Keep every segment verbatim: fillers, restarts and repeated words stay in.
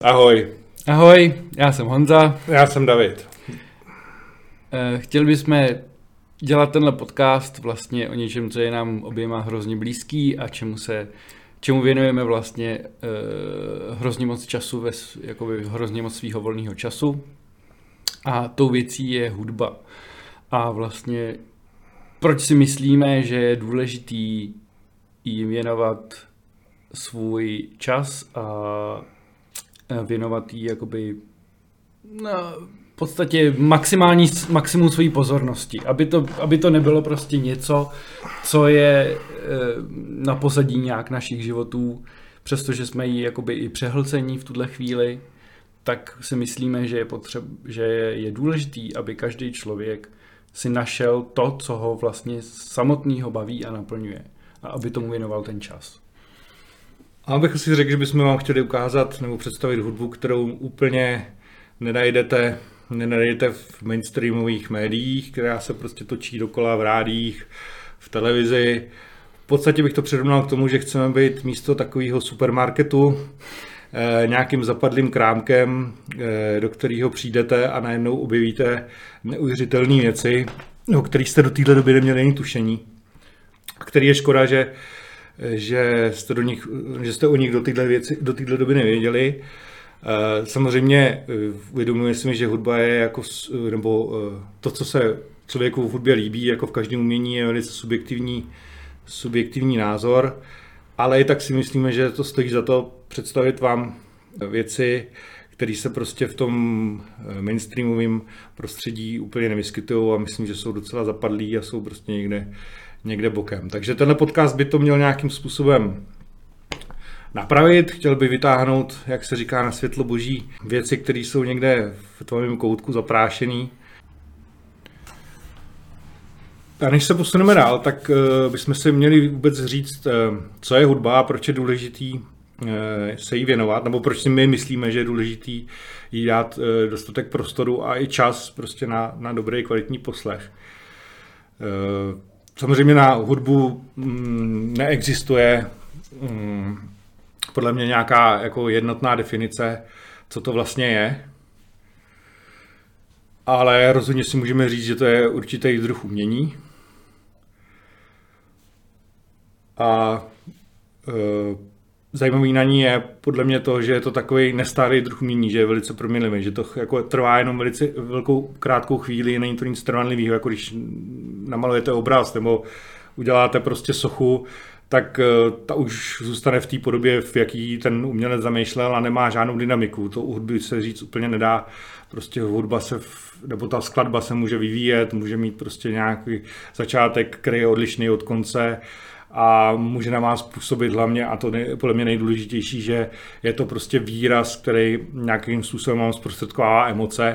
Ahoj. Ahoj, já jsem Honza. Já jsem David. Chtěli bychom dělat tenhle podcast vlastně o něčem, co je nám oběma hrozně blízký a čemu se, čemu věnujeme vlastně uh, hrozně moc času, ve, jakoby hrozně moc svýho volného času. A tou věcí je hudba. A vlastně proč si myslíme, že je důležitý jí věnovat svůj čas a věnovat jí jakoby no, v podstatě maximální, maximum své pozornosti, aby to, aby to nebylo prostě něco, co je e, na pozadí nějak našich životů, přestože jsme jí jakoby i přehlcení v tuhle chvíli, tak si myslíme, že je, potřeb, že je, je důležitý, aby každý člověk si našel to, co ho vlastně samotného baví a naplňuje a aby tomu věnoval ten čas. A abych si řekl, že bychom vám chtěli ukázat nebo představit hudbu, kterou úplně nenajdete, nenajdete v mainstreamových médiích, která se prostě točí dokola v rádiích, v televizi. V podstatě bych to přirovnal k tomu, že chceme být místo takového supermarketu eh, nějakým zapadlým krámkem, eh, do kterého přijdete a najednou objevíte neuvěřitelné věci, o kterých jste do téhle doby neměli ani tušení. Který je škoda, že Že jste, do nich, že jste o nich do téhle věci, do téhle doby nevěděli. Samozřejmě uvědomuji si mi, že hudba je jako, nebo to, co se člověku v hudbě líbí, jako v každém umění, je velice subjektivní, subjektivní názor, ale i tak si myslíme, že to stojí za to představit vám věci, které se prostě v tom mainstreamovém prostředí úplně nevyskytují a myslím, že jsou docela zapadlí a jsou prostě někde někde bokem. Takže tenhle podcast by to měl nějakým způsobem napravit. Chtěl bych vytáhnout, jak se říká na světlo boží, věci, které jsou někde v tvém koutku zaprášený. A než se posuneme dál, tak uh, bychom si měli vůbec říct, uh, co je hudba a proč je důležitý uh, se jí věnovat, nebo proč si my myslíme, že je důležitý jí dát uh, dostatek prostoru a i čas prostě na, na dobrý kvalitní poslech. Uh, Samozřejmě na hudbu mm, neexistuje mm, podle mě nějaká jako jednotná definice, co to vlastně je. Ale rozhodně si můžeme říct, že to je určitý druh umění. A e, zajímavý na ní je podle mě to, že je to takový nestálý druh umění, že je velice proměnlivý, že to jako trvá jenom velice velkou krátkou chvíli, není to nic trvanlivého, jako když namalujete obraz nebo uděláte prostě sochu, tak ta už zůstane v té podobě, v jaký ten umělec zamýšlel a nemá žádnou dynamiku. To u hudby se říct úplně nedá. Prostě hudba se, nebo ta skladba se může vyvíjet, může mít prostě nějaký začátek, který je odlišný od konce a může na vás působit hlavně, a to je podle mě nejdůležitější, že je to prostě výraz, který nějakým způsobem vám zprostředkovává emoce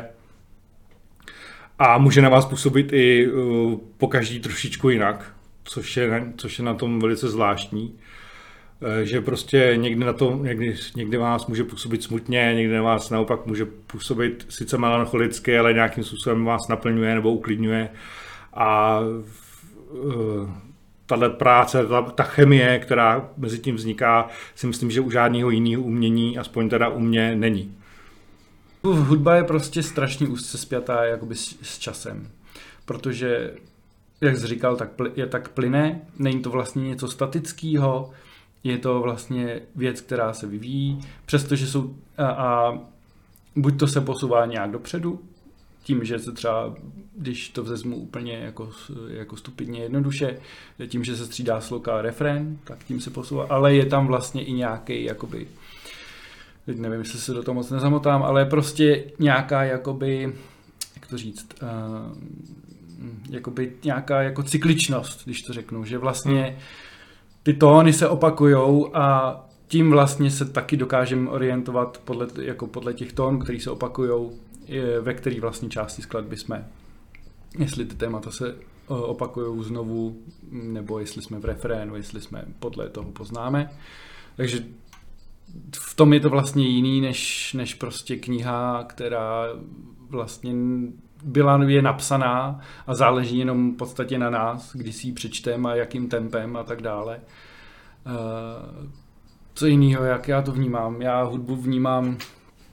a může na vás působit i uh, po každý trošičku jinak, což je, což je na tom velice zvláštní, že prostě někdy na to, někdy, někdy vás může působit smutně, někdy na vás naopak může působit sice melancholicky, ale nějakým způsobem vás naplňuje nebo uklidňuje a uh, tahle práce, ta, ta chemie, která mezi tím vzniká, si myslím, že u žádného jiného umění, aspoň teda u mě, není. Hudba je prostě strašně úzce spjatá jakoby s, s časem, protože, jak jsi říkal, tak pl, je tak plyne, není to vlastně něco statického, je to vlastně věc, která se vyvíjí, přestože jsou a, a buď to se posouvá nějak dopředu, tím, že se třeba, když to vezmu úplně jako, jako stupidně jednoduše, tím, že se střídá sloka a refrén, tak tím se posouvá, ale je tam vlastně i nějaký, jakoby, teď nevím, jestli se do toho moc nezamotám, ale prostě nějaká, jakoby, jak to říct, uh, jakoby nějaká jako cykličnost, když to řeknu, že vlastně ty tóny se opakujou a tím vlastně se taky dokážeme orientovat podle, jako podle těch tónů, které se opakujou, ve které vlastně části skladby jsme. Jestli ty témata se opakujou znovu, nebo jestli jsme v refrénu, jestli jsme podle toho poznáme. Takže v tom je to vlastně jiný, než, než prostě kniha, která vlastně byla, je napsaná a záleží jenom v podstatě na nás, kdy si ji přečteme a jakým tempem a tak dále. Co jiného, jak já to vnímám? Já hudbu vnímám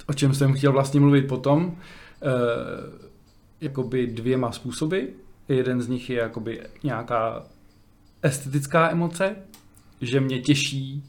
o čem jsem chtěl vlastně mluvit potom, e, jakoby dvěma způsoby. Jeden z nich je jakoby nějaká estetická emoce, že mě těší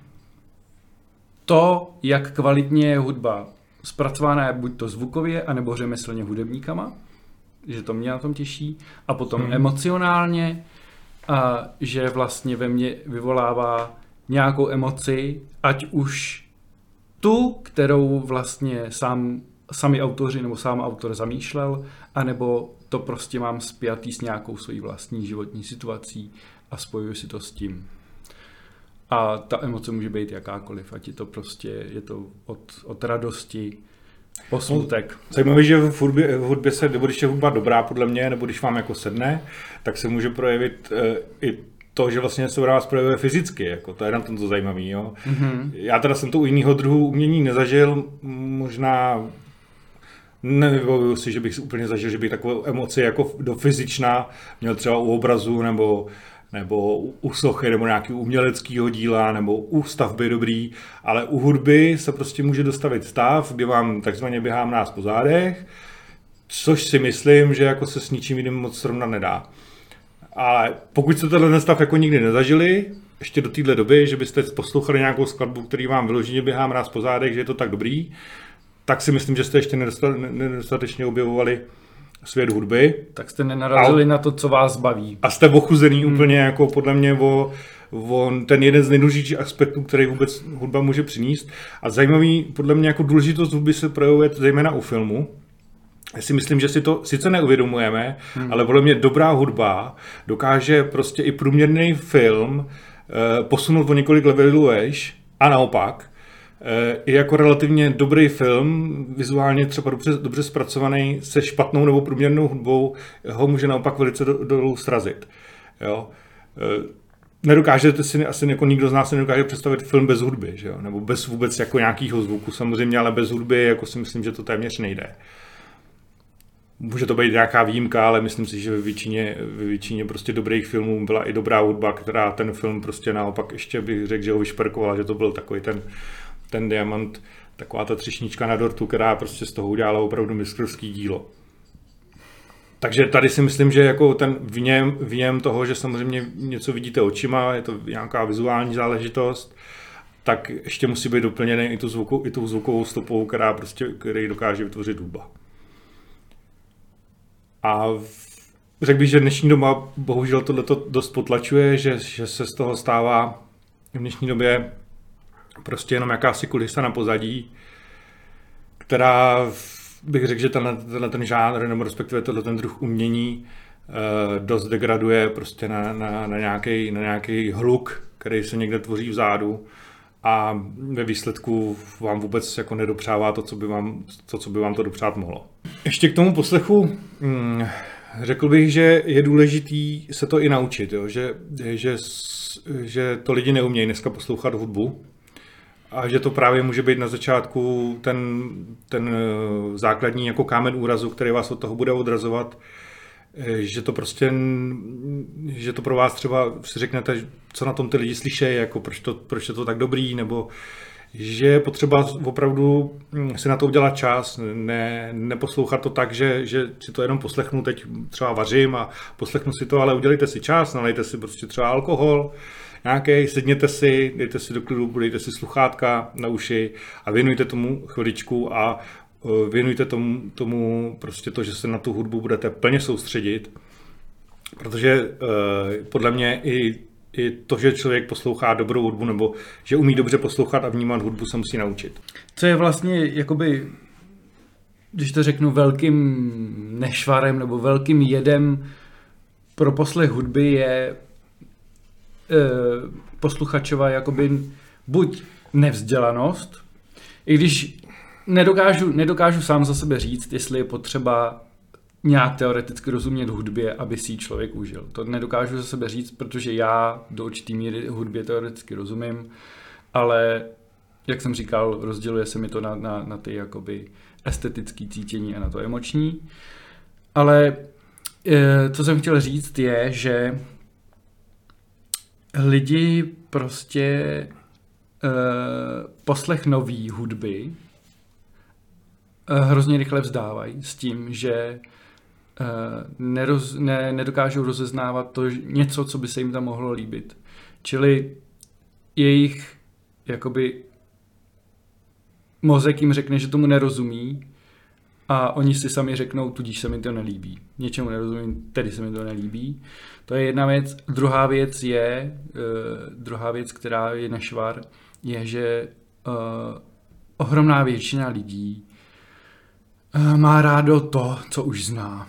to, jak kvalitně je hudba zpracovaná, buď to zvukově, anebo řemeslně hudebníkama, že to mě na tom těší. A potom hmm. emocionálně, a že vlastně ve mně vyvolává nějakou emoci, ať už tu, kterou vlastně sám, sami autoři nebo sám autor zamýšlel, anebo to prostě mám spjatý s nějakou svojí vlastní životní situací a spojuju si to s tím. A ta emoce může být jakákoliv, ať je to prostě, je to od, od radosti po smutek. Zajímavé, že v hudbě, v hudbě se, nebo když je hudba dobrá podle mě, nebo když vám jako sedne, tak se může projevit e, i to, že vlastně se u vás projevuje fyzicky, jako to je na tom to zajímavý, jo. Mm-hmm. Já teda jsem to u jiného druhu umění nezažil, možná nevybavuju si, že bych si úplně zažil, že bych takovou emoci jako do fyzična měl třeba u obrazu, nebo nebo u sochy, nebo nějakého uměleckého díla, nebo u stavby dobrý, ale u hudby se prostě může dostavit stav, kdy vám takzvaně běhám nás po zádech, což si myslím, že jako se s ničím jiným moc srovnat nedá. Ale pokud jste tenhle stav jako nikdy nezažili, ještě do téhle doby, že byste poslouchali nějakou skladbu, který vám vyloženě běhám nás po zádech, že je to tak dobrý, tak si myslím, že jste ještě nedostatečně objevovali svět hudby. Tak jste nenarazili a, na to, co vás baví. A jste ochuzený hmm. úplně jako podle mě o, o ten jeden z nejdůležitějších aspektů, který vůbec hudba může přinést. A zajímavý, podle mě jako důležitost hudby se projevuje zejména u filmu. Já si myslím, že si to sice neuvědomujeme, hmm. ale podle mě dobrá hudba dokáže prostě i průměrný film eh, posunout o několik levelů vejš a naopak. I jako relativně dobrý film, vizuálně třeba dobře, dobře zpracovaný, se špatnou nebo průměrnou hudbou, ho může naopak velice do, dolů srazit. Jo? Nedokážete si, asi jako nikdo z nás si nedokáže představit film bez hudby, že jo? Nebo bez vůbec jako nějakého zvuku samozřejmě, ale bez hudby jako si myslím, že to téměř nejde. Může to být nějaká výjimka, ale myslím si, že ve většině, ve většině prostě dobrých filmů byla i dobrá hudba, která ten film prostě naopak ještě bych řekl, že ho vyšperkovala, že to byl takový ten ten diamant, taková ta třešnička na dortu, která prostě z toho udělala opravdu mistrovský dílo. Takže tady si myslím, že jako ten vněm, vněm toho, že samozřejmě něco vidíte očima, je to nějaká vizuální záležitost, tak ještě musí být doplněný i tu, zvuku, i tu zvukovou stopou, která prostě, který dokáže vytvořit hudba. A řekl bych, že dnešní doba bohužel tohleto dost potlačuje, že, že se z toho stává v dnešní době prostě jenom jakási kulisa na pozadí, která bych řekl, že tenhle, tenhle ten žánr, nebo respektive tenhle ten druh umění eh, dost degraduje prostě na, na, na, nějaký, na nějaký hluk, který se někde tvoří vzadu a ve výsledku vám vůbec jako nedopřává to, co by vám to, co by vám to dopřát mohlo. Ještě k tomu poslechu hm, řekl bych, že je důležitý se to i naučit, jo? Že, že, že to lidi neumějí dneska poslouchat hudbu, a že to právě může být na začátku ten, ten základní jako kámen úrazu, který vás od toho bude odrazovat, že to prostě, že to pro vás třeba si řeknete, co na tom ty lidi slyšejí, jako proč, to, proč je to tak dobrý, nebo že je potřeba opravdu si na to udělat čas, ne, neposlouchat to tak, že, že si to jenom poslechnu, teď třeba vařím a poslechnu si to, ale udělejte si čas, nalejte si prostě třeba alkohol, nějaký, sedněte si, dejte si do klidu, dejte si sluchátka na uši a věnujte tomu chviličku a věnujte tomu, tomu prostě to, že se na tu hudbu budete plně soustředit, protože eh, podle mě i, i to, že člověk poslouchá dobrou hudbu nebo že umí dobře poslouchat a vnímat hudbu, se musí naučit. Co je vlastně jakoby, když to řeknu, velkým nešvarem nebo velkým jedem pro poslech hudby je posluchačova jakoby buď nevzdělanost, i když nedokážu, nedokážu sám za sebe říct, jestli je potřeba nějak teoreticky rozumět hudbě, aby si ji člověk užil. To nedokážu za sebe říct, protože já do určitý míry hudbě teoreticky rozumím, ale jak jsem říkal, rozděluje se mi to na, na, na ty jakoby estetické cítění a na to emoční. Ale co jsem chtěl říct je, že lidi prostě uh, poslech nový hudby hrozně rychle vzdávají s tím, že neroz, ne, nedokážou rozeznávat to něco, co by se jim tam mohlo líbit. Čili jejich jakoby mozek jim řekne, že tomu nerozumí a oni si sami řeknou, tudíž se mi to nelíbí. Něčemu nerozumím, tedy se mi to nelíbí. To je jedna věc. Druhá věc je, uh, druhá věc, která je nešvar, je, že uh, ohromná většina lidí uh, má rádo to, co už zná.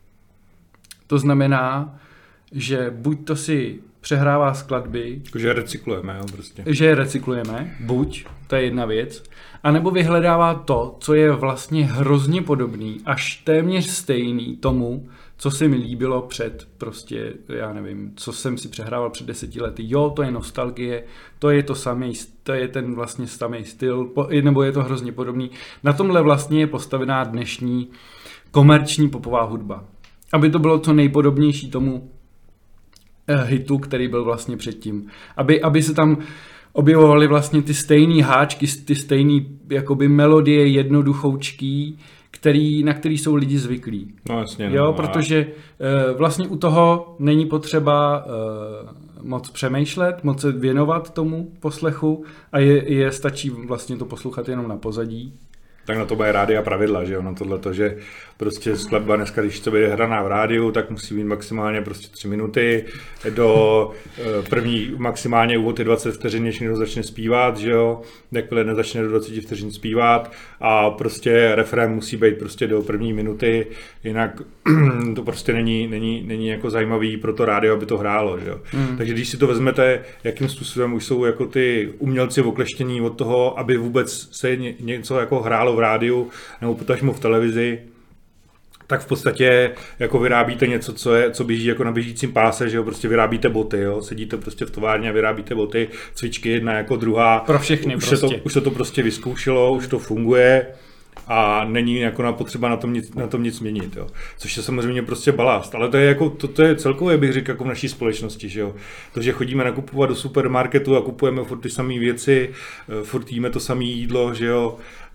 To znamená, že buď to si přehrává skladby, že je recyklujeme, jo, prostě. Že je recyklujeme, buď, to je jedna věc, anebo vyhledává to, co je vlastně hrozně podobný, až téměř stejný tomu, co se mi líbilo před prostě, já nevím, co jsem si přehrával před deseti lety. Jo, to je nostalgie, to je to samý, to je ten vlastně samý styl, nebo je to hrozně podobný. Na tomhle vlastně je postavená dnešní komerční popová hudba. Aby to bylo co nejpodobnější tomu hitu, který byl vlastně předtím. Aby, aby se tam objevovaly vlastně ty stejný háčky, ty stejný jakoby melodie jednoduchoučký, který, na který jsou lidi zvyklí. No jasně. Jo, no, protože uh, vlastně u toho není potřeba uh, moc přemýšlet, moc se věnovat tomu poslechu a je, je stačí vlastně to poslouchat jenom na pozadí. Tak na to bude rádia pravidla, že jo, na tohleto, že prostě skladba dneska, když to bude hraná v rádiu, tak musí být maximálně prostě tři minuty, do první maximálně úvod je dvacet vteřin, než někdo začne zpívat, že jo, jakmile nezačne do dvacet vteřin zpívat a prostě refrén musí být prostě do první minuty, jinak to prostě není, není, není jako zajímavý pro to rádio, aby to hrálo, že jo. Mm. Takže když si to vezmete, jakým způsobem už jsou jako ty umělci okleštění od toho, aby vůbec se něco jako hrálo v rádiu nebo potažmo v televizi, tak v podstatě jako vyrábíte něco, co, je, co běží jako na běžícím páse, že jo, prostě vyrábíte boty, jo, sedíte prostě v továrně a vyrábíte boty, cvičky jedna jako druhá. Pro všechny už prostě. Se to, už se to prostě vyzkoušelo, už to funguje a není jako na potřeba na tom nic, na tom nic měnit, jo. Což je samozřejmě prostě balast, ale to je jako, to, to je celkově, bych řekl, jako v naší společnosti, že jo. To, že chodíme nakupovat do supermarketu a kupujeme furt ty samé věci, furt jíme to samé jídlo, že jo.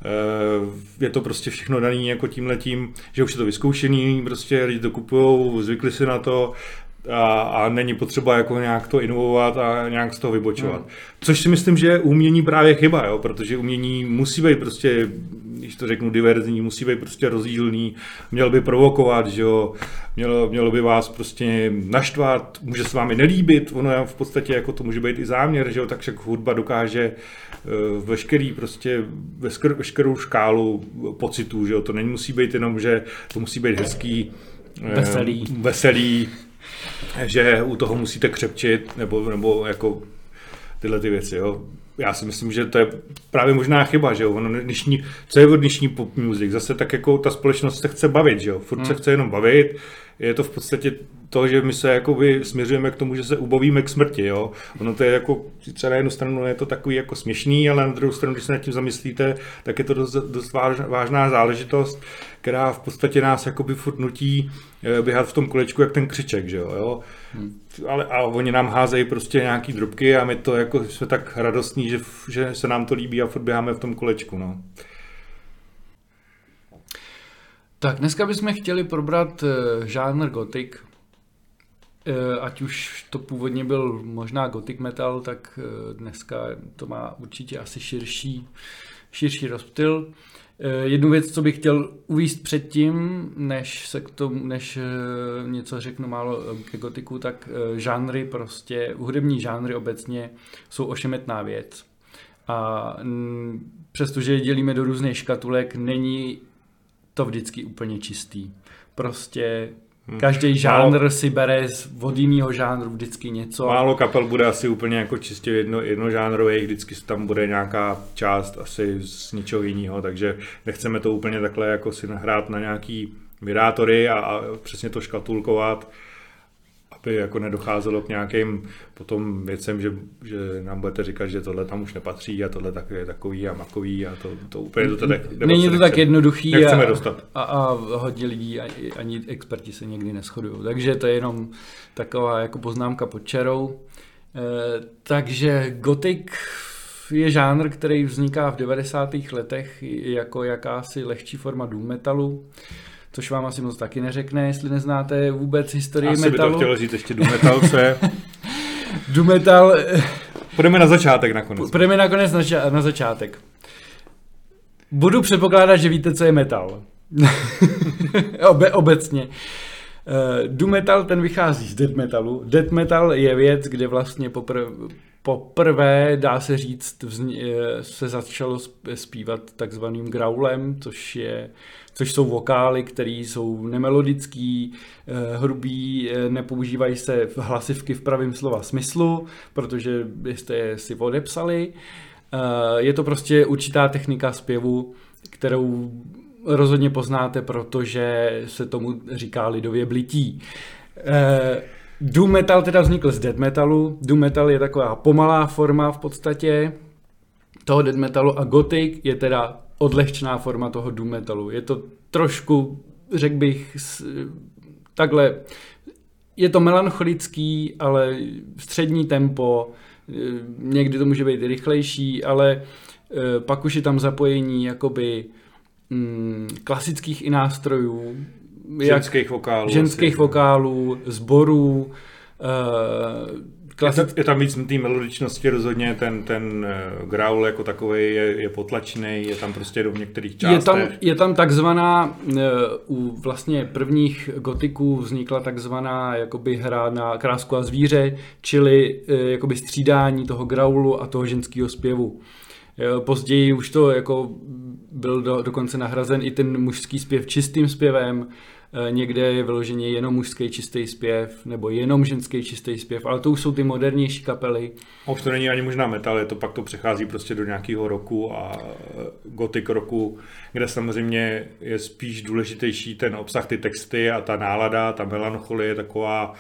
Je to prostě všechno daný jako tímhletím, že už je to vyzkoušený, prostě lidi to kupujou, zvykli si na to a, a není potřeba jako nějak to inovovat a nějak z toho vybočovat. Hmm. Což si myslím, že umění právě chyba, jo, protože umění musí být prostě, když to řeknu diverzní, musí být prostě rozdílný, měl by provokovat, že jo, mělo, mělo by vás prostě naštvat, může se vám i nelíbit, ono v podstatě jako to může být i záměr, že jo, takže hudba dokáže uh, veškerý prostě, vešker, veškerou škálu pocitů, že jo, to nemusí být jenom, že to musí být hezký, veselý, uh, veselý, že u toho musíte křepčit, nebo, nebo jako tyhle ty věci, jo. Já si myslím, že to je právě možná chyba, že jo, ono dnešní, co je od dnešní pop music, zase tak jako ta společnost se chce bavit, že jo, furt hmm. se chce jenom bavit, je to v podstatě to, že my se jakoby směřujeme k tomu, že se ubavíme k smrti, jo, ono to je jako, sice na jednu stranu je to takový jako směšný, ale na druhou stranu, když se nad tím zamyslíte, tak je to dost, dost vážná záležitost, která v podstatě nás jakoby furt nutí běhat v tom kolečku jak ten křiček, že jo, jo? Hmm. Ale, a oni nám házejí prostě nějaký drobky a my to jako jsme tak radostní, že, že se nám to líbí a furt běháme v tom kolečku, no. Tak dneska bychom chtěli probrat uh, žánr gothic, uh, ať už to původně byl možná gothic metal, tak uh, dneska to má určitě asi širší, širší rozptyl. Jednu věc, co bych chtěl uvést předtím, než se k tomu, než něco řeknu málo ke gotiku, tak žánry prostě, hudební žánry obecně jsou ošemetná věc. A přestože je dělíme do různých škatulek, není to vždycky úplně čistý. Prostě každý žánr málo, si bere od jiného žánru vždycky něco. Málo kapel bude asi úplně jako čistě jedno, jednožánrový, vždycky tam bude nějaká část asi z něčeho jiného, takže nechceme to úplně takhle jako si nahrát na nějaký mirátory a, a přesně to škatulkovat, aby jako nedocházelo k nějakým potom věcem, že, že nám budete říkat, že tohle tam už nepatří a tohle tak je takový a makový a to, to úplně to tak není to tak jednoduchý nechceme a, dostat. A, a hodně lidí, ani experti se někdy neshodují, takže to je jenom taková jako poznámka pod čarou. E, takže gothic je žánr, který vzniká v devadesátých letech jako jakási lehčí forma doom metalu, což vám asi moc taky neřekne, jestli neznáte vůbec historii asi metalu. Asi by to chtělo říct ještě doom metal, co je? Doom metal... Půjdeme na začátek nakonec. Půjdeme nakonec na, ža- na začátek. Budu předpokládat, že víte, co je metal. Obe, obecně. Uh, doom metal, ten vychází z death metalu. Death metal je věc, kde vlastně popr- poprvé, dá se říct, vzni- se začalo zpívat takzvaným graulem, což je, což jsou vokály, které jsou nemelodický, uh, hrubý, uh, nepoužívají se hlasivky v pravém slova smyslu, protože byste je si odepsali. Uh, je to prostě určitá technika zpěvu, kterou rozhodně poznáte, protože se tomu říká lidově blití. Uh, Doom metal teda vznikl z death metalu. Doom metal je taková pomalá forma v podstatě toho death metalu a gothic je teda odlehčená forma toho doom metalu. Je to trošku, řekl bych, takhle, je to melancholický, ale střední tempo, někdy to může být i rychlejší, ale pak už je tam zapojení jakoby mm, klasických i nástrojů, ženských vokálů, ženských asi, vokálů, sborů. Uh, klasick... je, je tam víc té melodičnosti rozhodně, ten, ten uh, growl jako takový je, je potlačený, je tam prostě v některých částech. Je tam, je tam takzvaná, uh, u vlastně prvních gotiků vznikla takzvaná jakoby hra na krásku a zvíře, čili uh, jakoby střídání toho growlu a toho ženského zpěvu. Později už to jako byl do, dokonce nahrazen i ten mužský zpěv čistým zpěvem, někde je vyloženě jenom mužský čistý zpěv, nebo jenom ženský čistý zpěv, ale to už jsou ty modernější kapely. A už to není ani možná metal, je to pak to přechází prostě do nějakého roku a gothic roku, kde samozřejmě je spíš důležitější ten obsah, ty texty a ta nálada, ta melancholie je taková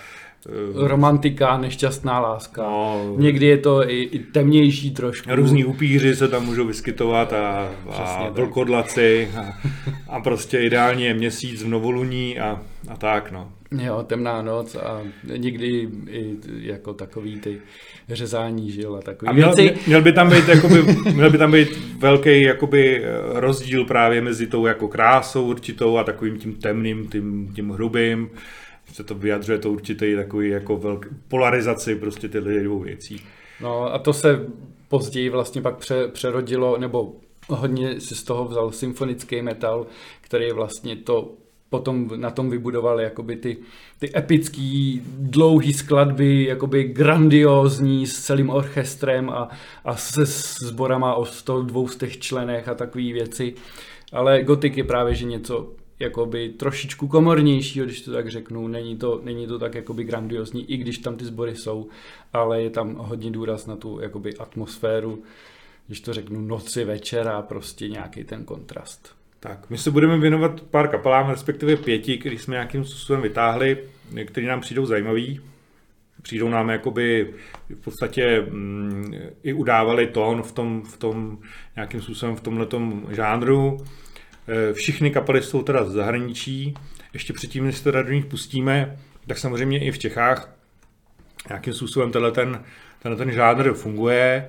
romantika, nešťastná láska. No, někdy je to i, i temnější trošku. Různý upíři se tam můžou vyskytovat a, a vlkodlaci a, a prostě ideálně je měsíc v novoluní a, a tak, no. Jo, temná noc a někdy i jako takový ty řezání žil a takový a měl, věci. Měl by tam být, jakoby, měl by tam být velký jakoby rozdíl právě mezi tou jako krásou určitou a takovým tím temným, tím, tím hrubým. Se to vyjadřuje to určitý takový jako velký polarizaci prostě těchto dvou věcí. No a to se později vlastně pak pře, přerodilo, nebo hodně si z toho vzal symfonický metal, který vlastně to potom na tom vybudoval jakoby ty, ty epický, dlouhý skladby, jakoby grandiózní s celým orchestrem a, a se sborama o sto dvoustech členech a takové věci. Ale gotik je právě že něco jakoby trošičku komornějšího, když to tak řeknu, není to, není to tak jakoby grandiozní, i když tam ty sbory jsou, ale je tam hodně důraz na tu jakoby atmosféru, když to řeknu noci, večera, prostě nějaký ten kontrast. Tak, my se budeme věnovat pár kapelám, respektive pěti, který jsme nějakým způsobem vytáhli, který nám přijdou zajímavý. Přijdou nám jakoby v podstatě mm, i udávali tón v tom, v tom nějakým způsobem v tomhletom žánru. Všichni kapely jsou teda z zahraničí. Ještě předtím, než se teda do nich pustíme, tak samozřejmě i v Čechách nějakým způsobem tenhle ten, tenhle ten žánr funguje.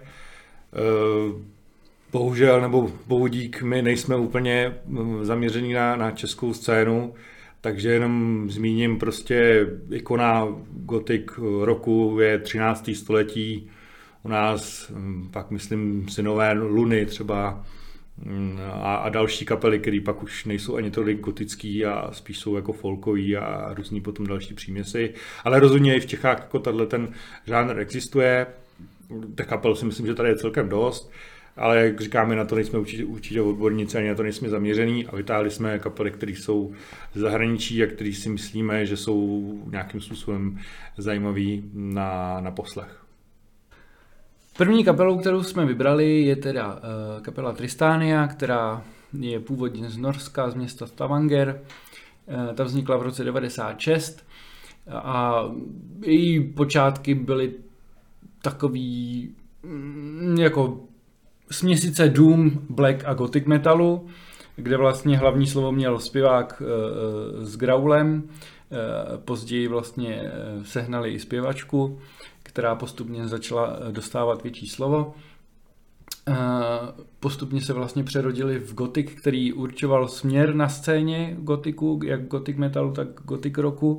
Bohužel, nebo bohudík, my nejsme úplně zaměření na, na českou scénu, takže jenom zmíním prostě ikona gothic roku je třinácté století. U nás pak myslím synové Luny třeba a, a další kapely, které pak už nejsou ani tolik gotický a spíš jsou jako folkový a různý potom další příměsi. Ale rozhodně i v Čechách jako tato ten žánr existuje. Těch kapel si myslím, že tady je celkem dost. Ale jak říkáme, na to nejsme určitě, určitě odborníci, ani na to nejsme zaměření a vytáhli jsme kapely, které jsou z zahraničí a které si myslíme, že jsou nějakým způsobem zajímavý na, na poslech. První kapelou, kterou jsme vybrali, je teda uh, kapela Tristania, která je původně z Norska, z města Stavanger. Uh, ta vznikla v roce devadesát šest a její počátky byly takový mm, jako směsice doom, black a gothic metalu, kde vlastně hlavní slovo měl zpěvák uh, s graulem. Uh, později vlastně uh, sehnali i zpěvačku, která postupně začala dostávat větší slovo. postupně se vlastně přerodili v gotik, který určoval směr na scéně gotiku, jak gotik metalu, tak gotik rocku.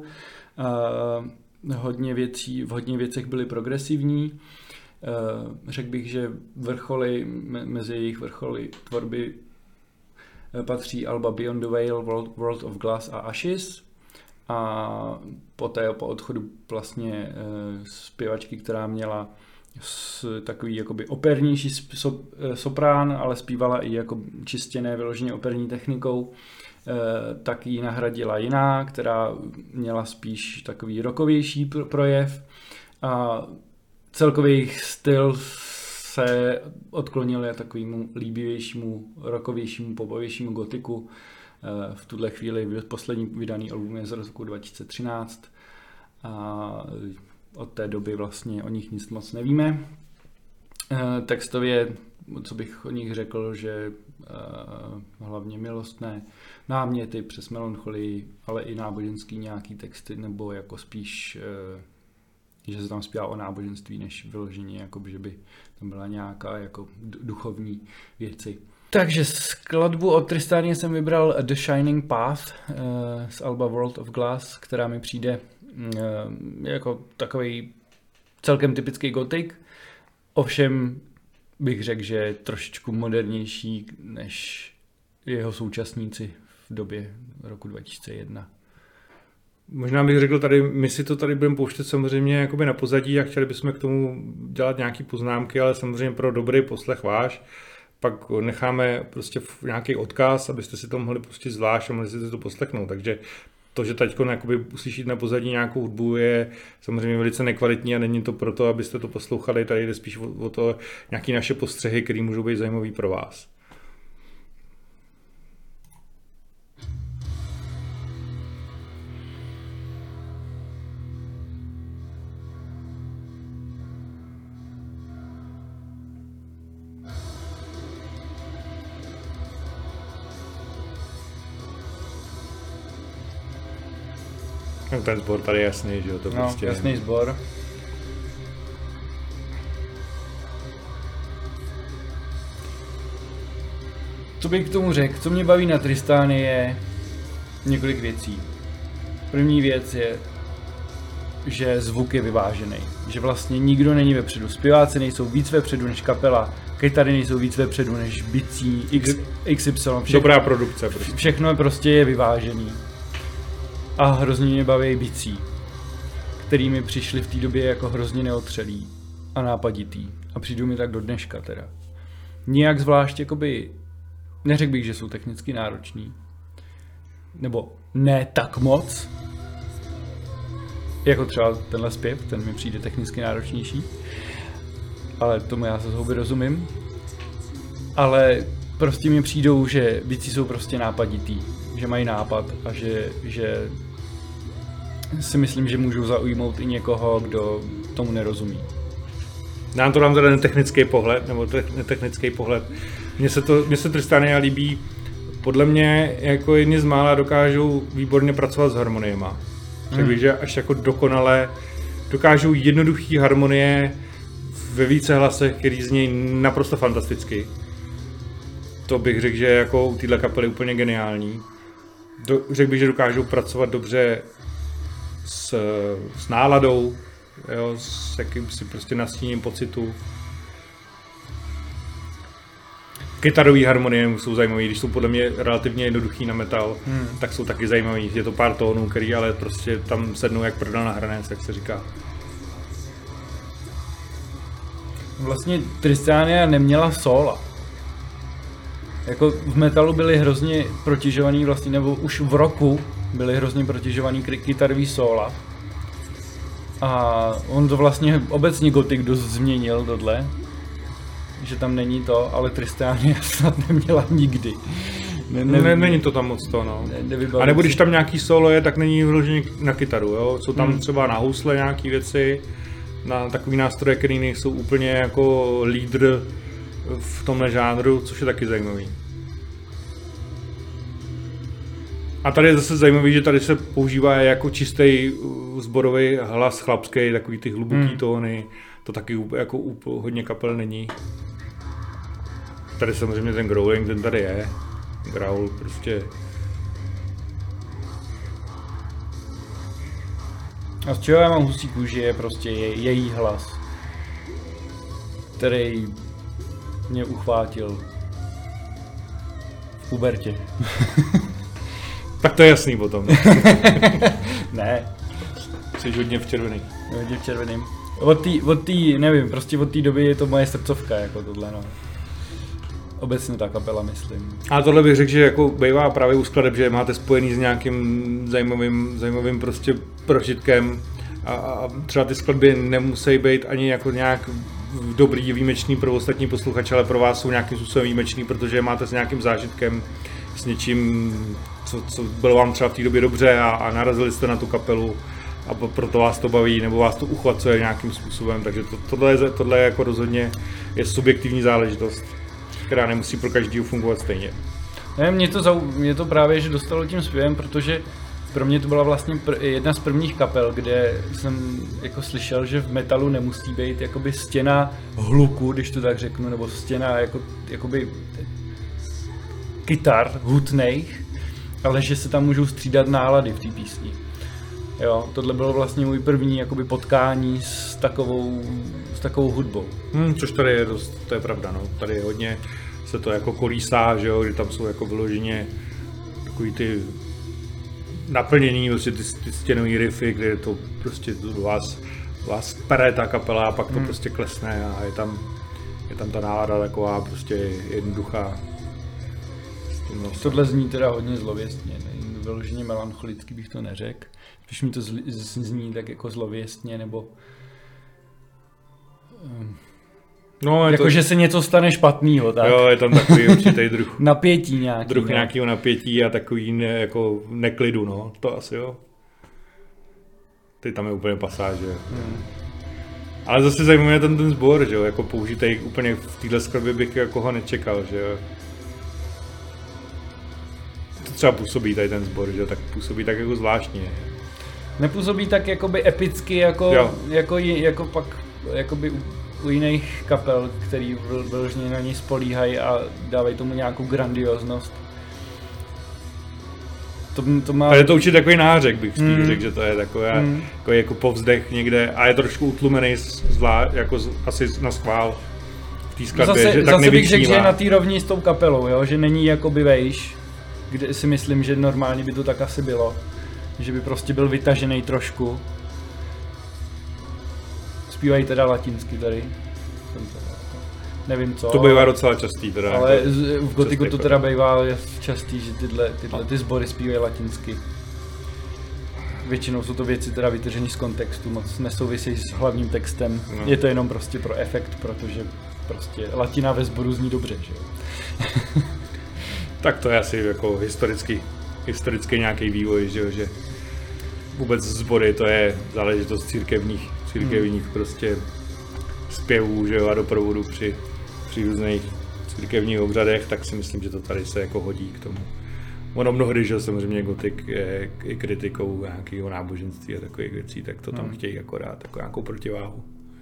Hodně věcí, v hodně věcech byly progresivní. Řekl bych, že vrcholy, mezi jejich vrcholy tvorby patří alba Beyond the Veil, World, World of Glass a Ashes. A poté po odchodu vlastně zpěvačky, která měla takový jakoby opernější soprán, ale zpívala i jako čistě nevyloženě operní technikou, tak ji nahradila jiná, která měla spíš takový rockovější projev a celkový jejich styl se odklonil takovému líbivějšímu, rockovějšímu, popovějšímu gotiku. V tuhle chvíli poslední vydaný album je z roku dva tisíce třináct a od té doby vlastně o nich nic moc nevíme. Textově, co bych o nich řekl, že hlavně milostné náměty přes melancholii, ale i náboženský nějaký texty, nebo jako spíš, že se tam zpívá o náboženství, než vyloženě, jako že by tam byla nějaká jako duchovní věci. Takže skladbu od Tristanie jsem vybral The Shining Path z alba World of Glass, která mi přijde jako takový celkem typický gotik. Ovšem bych řekl, že je trošičku modernější než jeho současníci v době roku dva tisíce jedna. Možná bych řekl tady, my si to tady budeme pouštět samozřejmě jakoby na pozadí a chtěli bychom k tomu dělat nějaké poznámky, ale samozřejmě pro dobrý poslech váš. Pak necháme prostě nějaký odkaz, abyste si to mohli pustit zvlášť a mohli si to poslechnout. Takže to, že teď uslyšíte na pozadí nějakou hudbu, je samozřejmě velice nekvalitní a není to proto, abyste to poslouchali. Tady jde spíš o, o to nějaké naše postřehy, které můžou být zajímavé pro vás. Ten sbor tady je jasný, že jo, to no, prostě... jasný sbor. Co bych k tomu řekl? Co mě baví na Tristánii je několik věcí. První věc je, že zvuk je vyvážený. Že vlastně nikdo není vepředu. Zpěváci nejsou víc vepředu než kapela. Kytary nejsou víc vepředu než bicí, X, X Y. Všechno, dobrá produkce prostě. Všechno prostě je vyvážený. A hrozně mě baví bicí, který mi přišli v té době jako hrozně neotřelý a nápaditý. A přijdou mi tak do dneška teda. Nijak zvlášť jakoby, neřekl bych, že jsou technicky náročný. Nebo ne tak moc. Jako třeba tenhle zpěv, ten mi přijde technicky náročnější. Ale tomu já se houby rozumím. Ale prostě mi přijdou, že bicí jsou prostě nápaditý. Že mají nápad a že, že si myslím, že můžou zaujmout i někoho, kdo tomu nerozumí. Nám to dám teda netechnický pohled, nebo netechnický pohled. Mně se, to, mně se Tristania líbí, podle mě jako jedni z mála dokážou výborně pracovat s harmoniema. Řekl bych, že až jako dokonale dokážou jednoduchý harmonie ve více hlasech, který znějí naprosto fantasticky. To bych řekl, že jako u téhle kapely úplně geniální. Do, řekl bych, že dokážou pracovat dobře s, s náladou, jo, s jakýmsi prostě nastíněním pocitu. Kytarový harmonie jsou zajímavý, když jsou podle mě relativně jednoduchý na metal, hmm. tak jsou taky zajímavý. Je to pár tónů, který ale prostě tam sednou jak prdel na hranec, jak se říká. Vlastně Tristania neměla sóla. Jako v metalu byly hrozně protěžovaný vlastně, nebo už v rocku byly hrozně protěžovaný kytarový sóla. A on to vlastně obecně gotik dost změnil tohle, že tam není to, ale Tristania snad neměla nikdy. Ne, ne, ne, není to tam moc to, no. Ne, a nebo když tam nějaký solo je, tak není vložený na kytaru, jo. Jsou tam hmm. třeba na housle nějaký věci, na takový nástroje, které nejsou úplně jako lídr v tomhle žánru, což je taky zajímavý. A tady je zase zajímavý, že tady se používá jako čistý sborový hlas chlapský, takový ty hluboký hmm. tóny, to taky jako hodně kapel není. Tady samozřejmě ten growling, ten tady je. Growl prostě. A z čeho já mám husí kůži je prostě je, její hlas, který mě uchvátil v pubertě. Tak to je jasný potom. Ne. Jsi hodně v červený. Hodně v červeným. Od té, od tý, nevím, prostě od té doby je to moje srdcovka, jako tohle, no. Obecně ta kapela, myslím. A tohle bych řekl, že jako bývá právě u skladeb, že máte spojený s nějakým zajímavým, zajímavým prostě prožitkem a, a třeba ty skladby nemusí být ani jako nějak dobrý, výjimečný pro ostatní posluchače, ale pro vás jsou nějakým způsobem výjimečný, protože máte s nějakým zážitkem, s něčím, co, co bylo vám třeba v té době dobře a, a narazili jste na tu kapelu a proto vás to baví, nebo vás to uchvacuje nějakým způsobem, takže to, tohle, je, tohle je jako rozhodně je subjektivní záležitost, která nemusí pro každého fungovat stejně. Ne, mě to, zau, mě to právě že dostalo tím zpěvem, protože pro mě to byla vlastně pr- jedna z prvních kapel, kde jsem jako slyšel, že v metalu nemusí být jakoby stěna hluku, když to tak řeknu, nebo stěna jako, jakoby kytar hutných, ale že se tam můžou střídat nálady v té písni. Jo, tohle bylo vlastně můj první jakoby potkání s takovou, s takovou hudbou. Hmm, což tady je dost, to je pravda, no. Tady je hodně se to jako kolísá, že jo, že tam jsou jako vyloženě takový ty naplnění, prostě ty, ty stěnový riffy, kde to prostě do vás, vás pere ta kapela a pak to hmm. prostě klesne a je tam, je tam ta nálada taková prostě jednoduchá. Vlastně. Tohle zní teda hodně zlověstně, ne? Vyloženě melancholicky bych to neřekl. Když mi to zli, zní tak jako zlověstně, nebo um, no, jako, to, že se něco stane špatného, tak? Jo, je tam takový určitý druh. Napětí nějaký. Druh nějakého napětí a takový ne, jako neklidu, no, to asi jo. Ty tam je úplně pasáž, že hmm. Ale zase zajímavý ten, ten sbor, že jo, jako použitej úplně v téhle skladbě bych jako ho nečekal, že jo. To třeba působí tady ten sbor, že jo, tak působí tak jako zvláštně. Nepůsobí tak jakoby epicky, jako, jako, jako pak jakoby u, u jiných kapel, který vyloženě na něj spolíhají a dávají tomu nějakou grandioznost. To, to má... A je to určitě takový nářek, bych hmm. řekl, že to je takový, hmm. takový jako povzdech někde a je trošku utlumený zvlá, jako z, asi na schvál v té skladbě, zase, že tak zase bych řekl, že je na té rovni s tou kapelou, jo? Že není jakoby vejš, kde si myslím, že normálně by to tak asi bylo. Že by prostě byl vytažený trošku. Zpívají teda latinsky tady. Nevím co. To bývá docela častý teda. Ale jako v gotiku to teda bývá častý, že tyhle, tyhle ty sbory zpívají latinsky. Většinou jsou to věci teda vytržené z kontextu, moc nesouvisí s hlavním textem. No. Je to jenom prostě pro efekt, protože prostě latina ve sboru zní dobře, že jo. Tak to je asi jako historicky, historicky nějaký vývoj, že jo, že vůbec sbory to je záležitost církevních, církevních hmm. prostě zpěvů, že jo, a doprovodu při, při různých církevních obřadech, tak si myslím, že to tady se jako hodí k tomu. Ono mnohdy, že samozřejmě gotik je i kritikou nějakého náboženství a takových věcí, tak to tam hmm. chtějí akorát, jako nějakou protiváhu.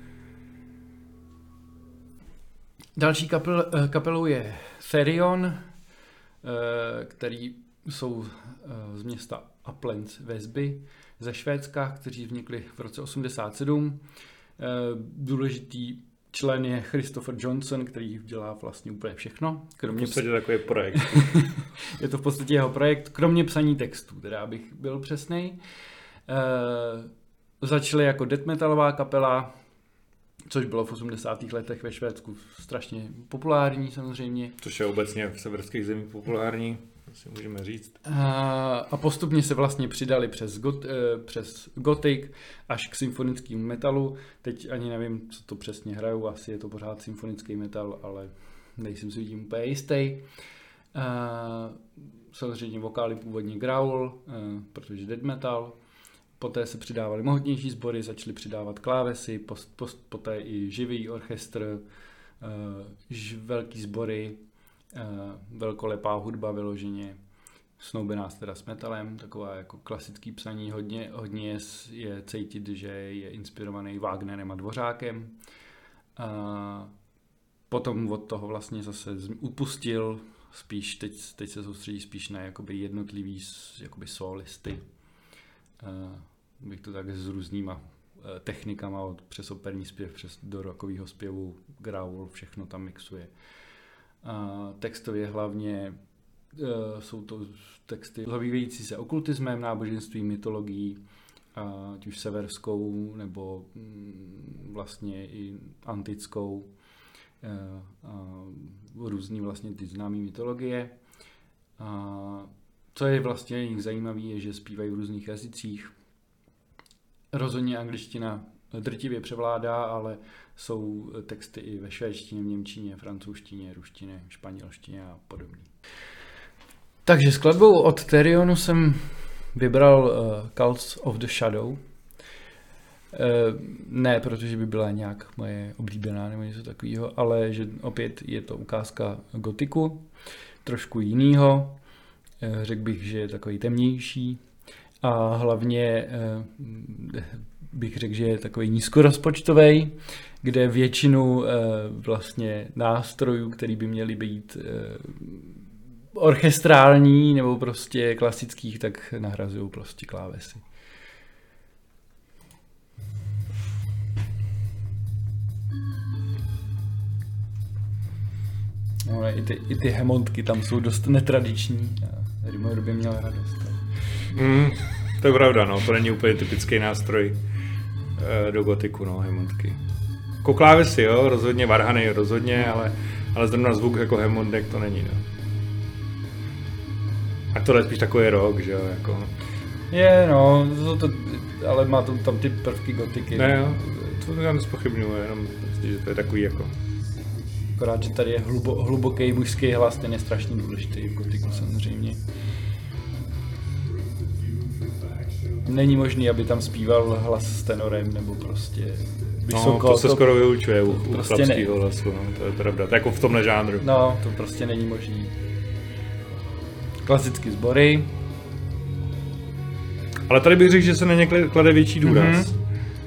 Další kapel, kapelou je Therion, který jsou z města Uplands Vesby ze Švédska, kteří vznikli v roce osmdesát sedm. Důležitý člen je Christopher Johnson, který dělá vlastně úplně všechno. Kromě v podstatě ps... takový projekt. Je to v podstatě jeho projekt, kromě psaní textů, teda abych byl přesnej. E, začali jako death metalová kapela, což bylo v osmdesátých letech ve Švédsku strašně populární samozřejmě. Což je obecně v severských zemích populární, si můžeme říct. A, a postupně se vlastně přidali přes, got, eh, přes gotik až k symfonickému metalu. Teď ani nevím, co to přesně hrajou, asi je to pořád symfonický metal, ale nejsem si tím úplně jistý. Samozřejmě vokály původně growl, eh, protože death metal. Poté se přidávaly mohutnější sbory, začaly přidávat klávesy, post, post, poté i živý orchestr, uh, velký sbory, uh, velkolepá hudba vyloženě. Snoubí nás teda s metalem, taková jako klasický psaní, hodně, hodně je, je cítit, že je inspirovaný Wagnerem a Dvořákem. Uh, potom od toho vlastně zase upustil, spíš teď, teď se soustředí spíš na jakoby jednotlivý jakoby solisty. Uh, bych to tak s různýma uh, technikama od přes operní zpěv, přes do rockového zpěvu, growl, všechno tam mixuje. Uh, textově hlavně uh, jsou to texty zabývající se okultismem, náboženstvím, mytologií, uh, ať už severskou nebo mm, vlastně i antickou. Uh, různý vlastně ty známé mytologie. Uh, co je vlastně jejich zajímavé, je, že zpívají v různých jazycích. Rozhodně angličtina drtivě převládá, ale jsou texty i ve švédštině, v němčině, francouzštině, ruštině, španělštině a podobně. Takže skladbou od Therionu jsem vybral uh, Cults of the Shadow. Uh, ne, protože by byla nějak moje oblíbená nebo něco takového, ale že opět je to ukázka gotiku, trošku jinýho. Uh, řekl bych, že je takový temnější a hlavně uh, bych řekl, že je takový nízkorozpočtový, kde většinu uh, vlastně nástrojů, který by měly být uh, orchestrální nebo prostě klasických, tak nahrazují prostě klávesy. No, i, ty, I ty hemontky tam jsou dost netradiční. Rimmer by měl radost. Mm, to je pravda, no, to není úplně typický nástroj e, do gotiku, no, hemontky. Jako klávesy, jo, rozhodně varhany, rozhodně, ale, ale zrovna zvuk jako hemondek to není, no. A tohle je spíš takový rock, že jo, jako. Je, no, to, to, ale má to, tam ty prvky gotiky. Ne, jo, to já nespochybnuju, jenom prostě, že to je takový jako. Akorát, že tady je hlubo, hluboký mužský hlas, ten je strašně důležitý v gotiku samozřejmě. Není možný, aby tam zpíval hlas s tenorem, nebo prostě vysoko. No, to se to, skoro vyučuje u, u prostě chlapského hlasu, no, to je pravda, to je jako v tomhle žánru. No, to prostě není možný. Klasické sbory. Ale tady bych řekl, že se na ně klade větší důraz. Mm-hmm.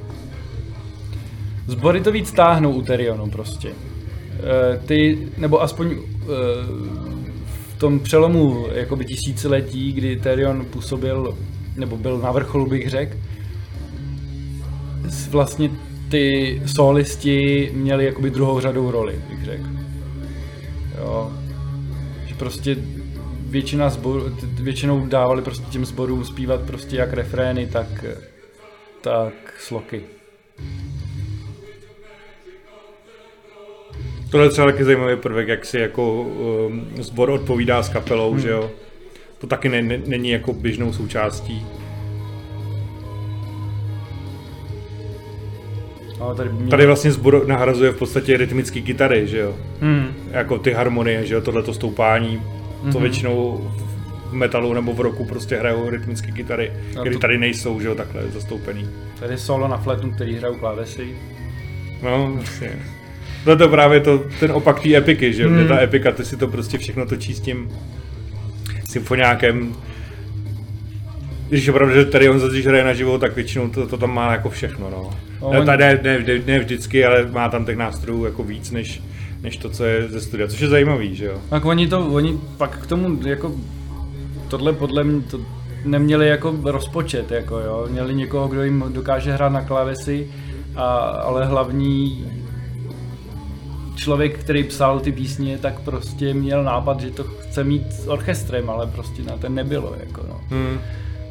Sbory to víc táhnou u Therionu prostě. E, ty, nebo aspoň e, v tom přelomu jakoby tisíciletí, kdy Therion působil, nebo byl na vrcholu, bych řekl, vlastně ty solisti měli jakoby druhou řadou roli, bych řekl. Jo. Že prostě většina zborů, většinou dávali prostě těm sborům zpívat prostě jak refrény, tak, tak sloky. Tohle je třeba taky zajímavý prvek, jak si jako um, sbor odpovídá s kapelou, hmm. že jo. To taky ne, ne, není jako běžnou součástí. Tady, mě... tady vlastně sbor nahrazuje v podstatě rytmické kytary, že jo. Hmm. Jako ty harmonie, že jo, tohleto stoupání. Hmm. To většinou v metalu nebo v rocku prostě hrajou rytmické kytary, které to... tady nejsou, že jo, takhle zastoupený. Tady je solo na fletu, který hrajou klávesy. No, vlastně. To je to právě to, ten opak té epiky, že jo, hmm. ta epika, ty si to prostě všechno točí s tím symfoniákem. Když je pravda, že tady on zase hraje naživo, tak většinou to, to tam má jako všechno, no. no ne, tady ne, ne, ne vždycky, ale má tam těch nástrojů jako víc, než, než to, co je ze studia, což je zajímavý, že jo. Tak oni to, oni pak k tomu jako, tohle podle mě to neměli jako rozpočet, jako jo, měli někoho, kdo jim dokáže hrát na klávesy, a, ale hlavní člověk, který psal ty písně, tak prostě měl nápad, že to chce mít s orchestrem, ale prostě na ten nebylo, jako no. Hmm.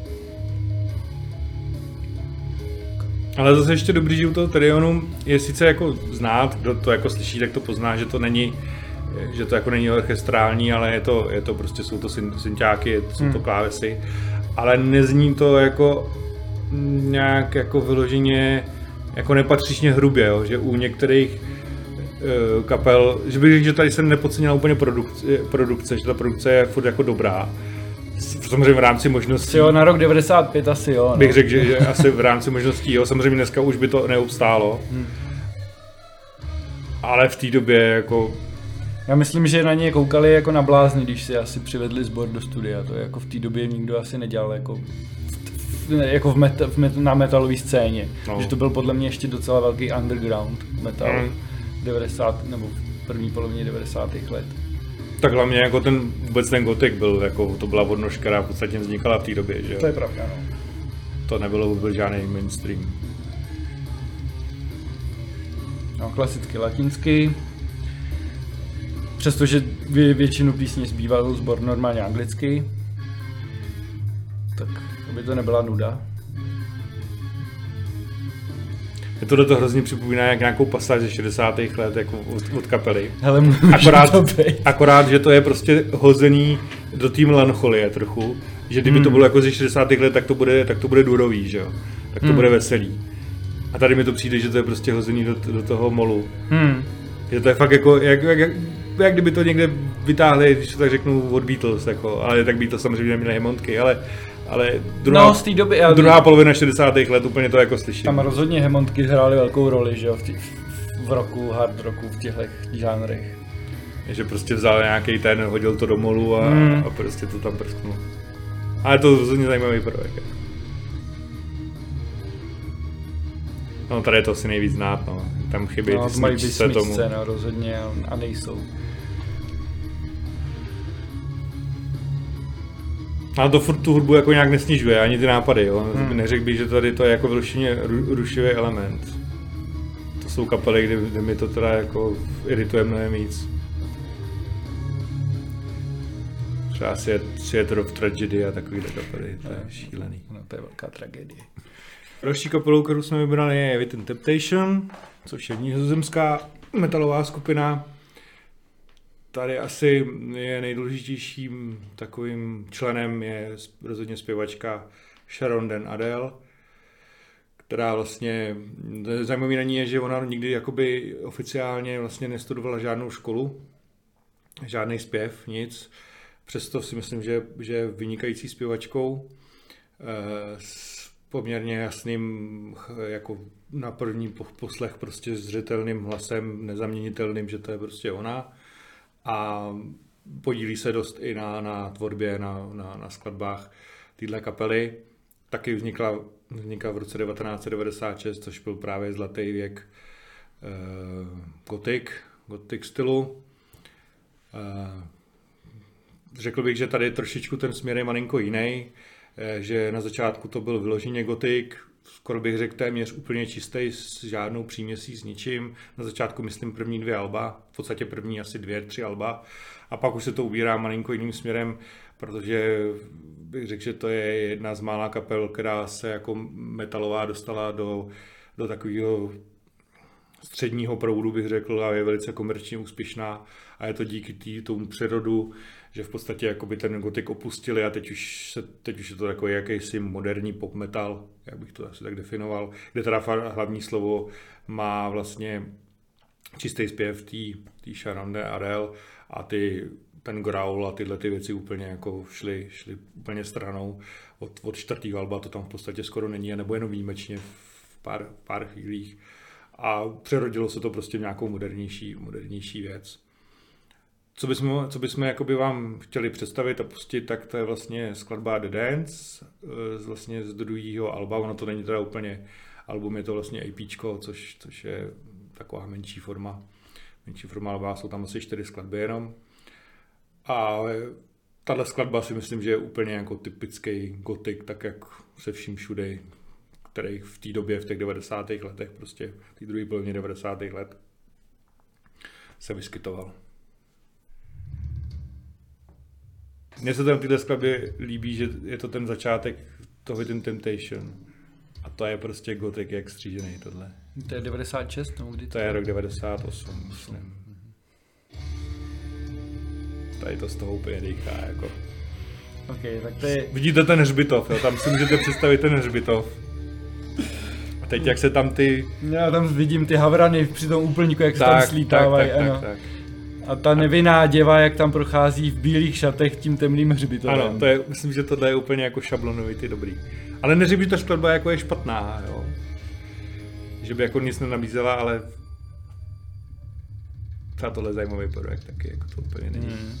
Ale zase ještě dobrý, že u toho Therionu je sice jako znát, kdo to jako slyší, tak to pozná, že to není, že to jako není orchestrální, ale je to, je to prostě, jsou to synťáky, jsou to klávesy, ale nezní to jako nějak jako vyloženě jako nepatřičně hrubě, jo? Že u některých uh, kapel, že bych řekl, že tady se nepodcenila úplně produkce, produkce, že ta produkce je furt jako dobrá. Samozřejmě v rámci možností. Jo, na rok devadesát pět asi jo. No. Bych řekl, že, že asi v rámci možností, jo. Samozřejmě dneska už by to neobstálo. Hmm. Ale v té době jako... Já myslím, že na ně koukali jako na blázny, když si asi přivedli sbor do studia. To je jako v té době nikdo asi nedělal jako, v, jako v meta, v met, na metalové scéně. No. Že to byl podle mě ještě docela velký underground metal. Hmm. devadesát nebo první polovině devadesátých let. Tak hlavně jako ten, vůbec ten gotik byl, jako to byla odnož, která v podstatě vznikala v té době, že jo? To je pravda, no. To nebylo vůbec žádný mainstream. No, klasicky latinsky. Přestože vě- většinu písní zpíval sbor normálně anglicky, tak aby to nebyla nuda. Je to to hrozně připomíná jak nějakou pasáž ze šedesátých let jako od, od kapely. Hele, akorát, to být. akorát, že to je prostě hozený do té melancholie trochu. Že kdyby hmm. to bylo jako ze šedesátých let, tak to bude, tak to bude durový, že jo? Tak to hmm. bude veselý. A tady mi to přijde, že to je prostě hozený do, do toho molu. Hmm. Že to je fakt jako, jak, jak, jak, jak kdyby to někde vytáhli, když to tak řeknu, od Beatles, jako, ale tak Beatles samozřejmě neměli hemontky, ale ale druhá, no, z té doby, ale druhá polovina šedesátých let úplně to jako slyším. Tam rozhodně hemontky hrály velkou roli, že jo, v, tý, v roku, hard rocku, v těchto žánrech. Že prostě vzal nějaký ten, hodil to do molu a, mm. a prostě to tam prsknul. Ale to je rozhodně zajímavý prvek. No tady je to asi nejvíc znát, no. Tam chybí no, ty smyčce tomu. No, rozhodně a nejsou. Ale to furt tu hudbu jako nějak nesnižuje, ani ty nápady, jo. Hmm. Neřekl bych, že tady to je jako vyloženě rušivý element. To jsou kapely, kde, kde mi to teda jako irituje mnohem víc. Třeba Theatre of Tragedy a takovýhle kapely, to je šílený. No, to je velká tragédie. Další kapelou, kterou jsme vybrali, je Within Temptation, což je nizozemská metalová skupina. Tady asi je nejdůležitějším takovým členem je rozhodně zpěvačka Sharon Den Adel, která vlastně, zajímavý na ní je, že ona nikdy jakoby oficiálně vlastně nestudovala žádnou školu, žádný zpěv, nic. Přesto si myslím, že, že je vynikající zpěvačkou s poměrně jasným, jako na první poslech prostě zřetelným hlasem, nezaměnitelným, že to je prostě ona. A podílí se dost i na, na tvorbě, na, na, na skladbách téhle kapely. Taky vznikla, vznikla v roce devatenáct set devadesát šest, což byl právě zlatý věk eh, gotik, gotik stylu. Eh, řekl bych, že tady trošičku ten směr je malinko jiný, eh, že na začátku to byl vyloženě gotik, skoro bych řekl téměř úplně čistý, s žádnou příměsí, s ničím. Na začátku myslím první dvě alba, v podstatě první asi dvě, tři alba. A pak už se to ubírá malinko jiným směrem, protože bych řekl, že to je jedna z mála kapel, která se jako metalová dostala do, do takového středního proudu, bych řekl, a je velice komerčně úspěšná. A je to díky tý, tomu přerodu, že v podstatě jakoby ten gotik opustili a teď už, se, teď už je to takový jakýsi moderní pop metal, jak bych to asi tak definoval, kde teda hlavní slovo má vlastně čistý zpěv tý Sharon Den Adel a ty, ten growl a tyhle ty věci úplně jako šly, šly úplně stranou. Od, od čtvrtého alba to tam v podstatě skoro není, nebo jenom výjimečně v pár, pár chvílích. A přerodilo se to prostě v nějakou modernější, modernější věc. Co bychom, co bychom jakoby vám chtěli představit a pustit, tak to je vlastně skladba The Dance, vlastně z druhého alba, ono to není teda úplně album, je to vlastně EPčko, což, což je taková menší forma, menší forma alba, jsou tam asi čtyři skladby jenom. A tahle skladba si myslím, že je úplně jako typický gotik, tak jak se vším všude, který v té době, v těch devadesátých letech, prostě v té druhé polovině devadesátých let se vyskytoval. Mně se tam v této skladbě líbí, že je to ten začátek toho Within Temptation. A to je prostě gotik jak střížený tohle. To je devadesát šest? No, kdy to, to je rok devadesát osm, myslím. Tady to z toho úplně dýchá, jako. Okay, tak to je... Vidíte ten hřbitov, jo? Tam si můžete představit ten hřbitov. A teď jak se tam ty... Já tam vidím ty havrany při tom úplníku, jak tak, se tam slítávají. Tak, tak, tak, tak. A ta nevinná děva, jak tam prochází v bílých šatech tím temným hřbitovem. Ano, to je, myslím, že tohle je úplně jako šablonovitý dobrý. Ale neřekl, že ta skladba jako je špatná, jo. Že by jako nic nenabízela, ale třeba tohle zajímavý projekt taky, jako to úplně není. Hmm.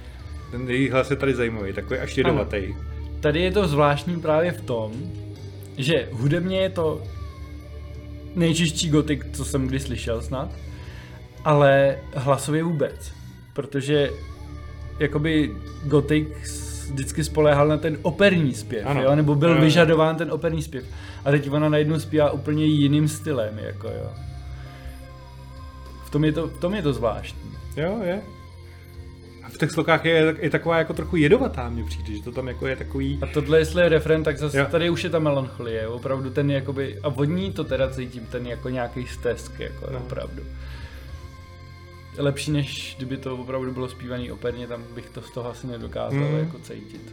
Ten její hlas je tady zajímavý, takový až jedovatý. Tady je to zvláštní právě v tom, že hudebně je to nejčistší gotik, co jsem kdy slyšel snad, ale hlasově vůbec, protože jakoby gotik vždycky spoléhal na ten operní zpěv, jo? Nebo byl ano. vyžadován ten operní zpěv. A teď ona najednou zpívá úplně jiným stylem, jako jo. V tom je to, v tom je to zvláštní. Jo, je. A v těch slokách je, je taková jako trochu jedovatá, mně přijde, že to tam jako je takový... A tohle, jestli je refren, tak zase jo. Tady už je ta melancholie, opravdu ten jakoby... A vodní to teda cítím, ten jako nějaký stesk, jako no. Opravdu. Lepší, než kdyby to opravdu bylo zpívaný operně, tam bych to z toho asi nedokázal mm. jako cítit.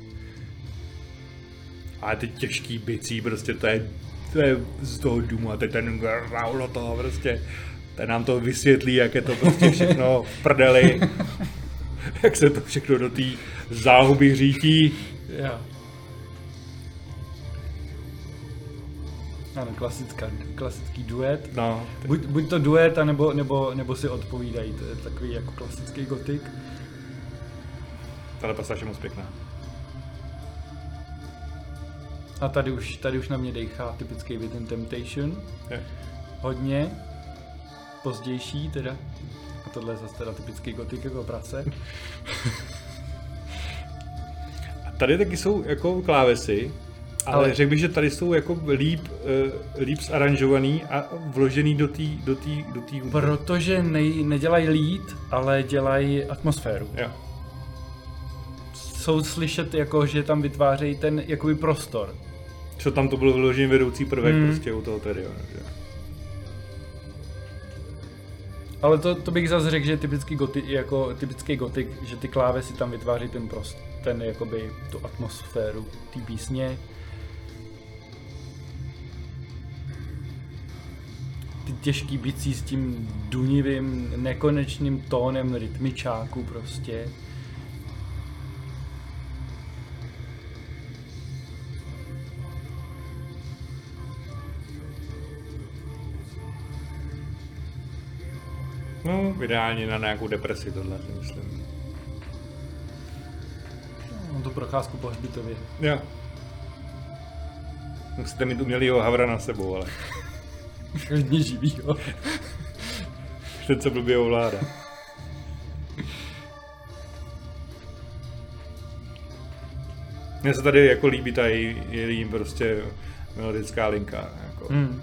Ale ty těžký bicí, prostě to je, to je z toho důmu a teď ten Raulo toho prostě, ten nám to vysvětlí, jak je to prostě všechno v prdeli, jak se to všechno do té záhuby řítí. Yeah. Ano, klasická, klasický duet. No. Buď, buď to duet, nebo, nebo, nebo si odpovídají, to je takový jako klasický gotik. Tahle pasáž je moc pěkná. A tady už, tady už na mě dejchá typický Within Temptation. Je. Hodně. Pozdější teda. A tohle je zase teda typický gotik jako prase. A tady taky jsou jako klávesy. Ale, ale řekl bych, že tady jsou jako líp, uh, líp zaranžovaný a vložený do té do tý, do tý hudby. Protože nej, nedělají lead, ale dělají atmosféru. Jo. Jsou slyšet jako, že tam vytvářejí ten jakoby prostor. Co tam to byl vložený vedoucí prvek hmm. prostě u toho tady. Že? Ale to, to bych zase řekl, že typický gotik, jako typický gotik, že ty klávesy tam vytváří ten prostor, ten jakoby tu atmosféru té písně. Ty těžký bicí s tím dunivým, nekonečným tónem rytmičáku prostě. No, ideálně na nějakou depresi tohle, si myslím. No, tu procházku po hřbitově. Jo. Musíte mít umělýho havra na sebou, ale... Hodně živýho. Ten se blbě ovládá. Mně se tady jako líbí ta její, její prostě melodická linka. Jako. Hmm.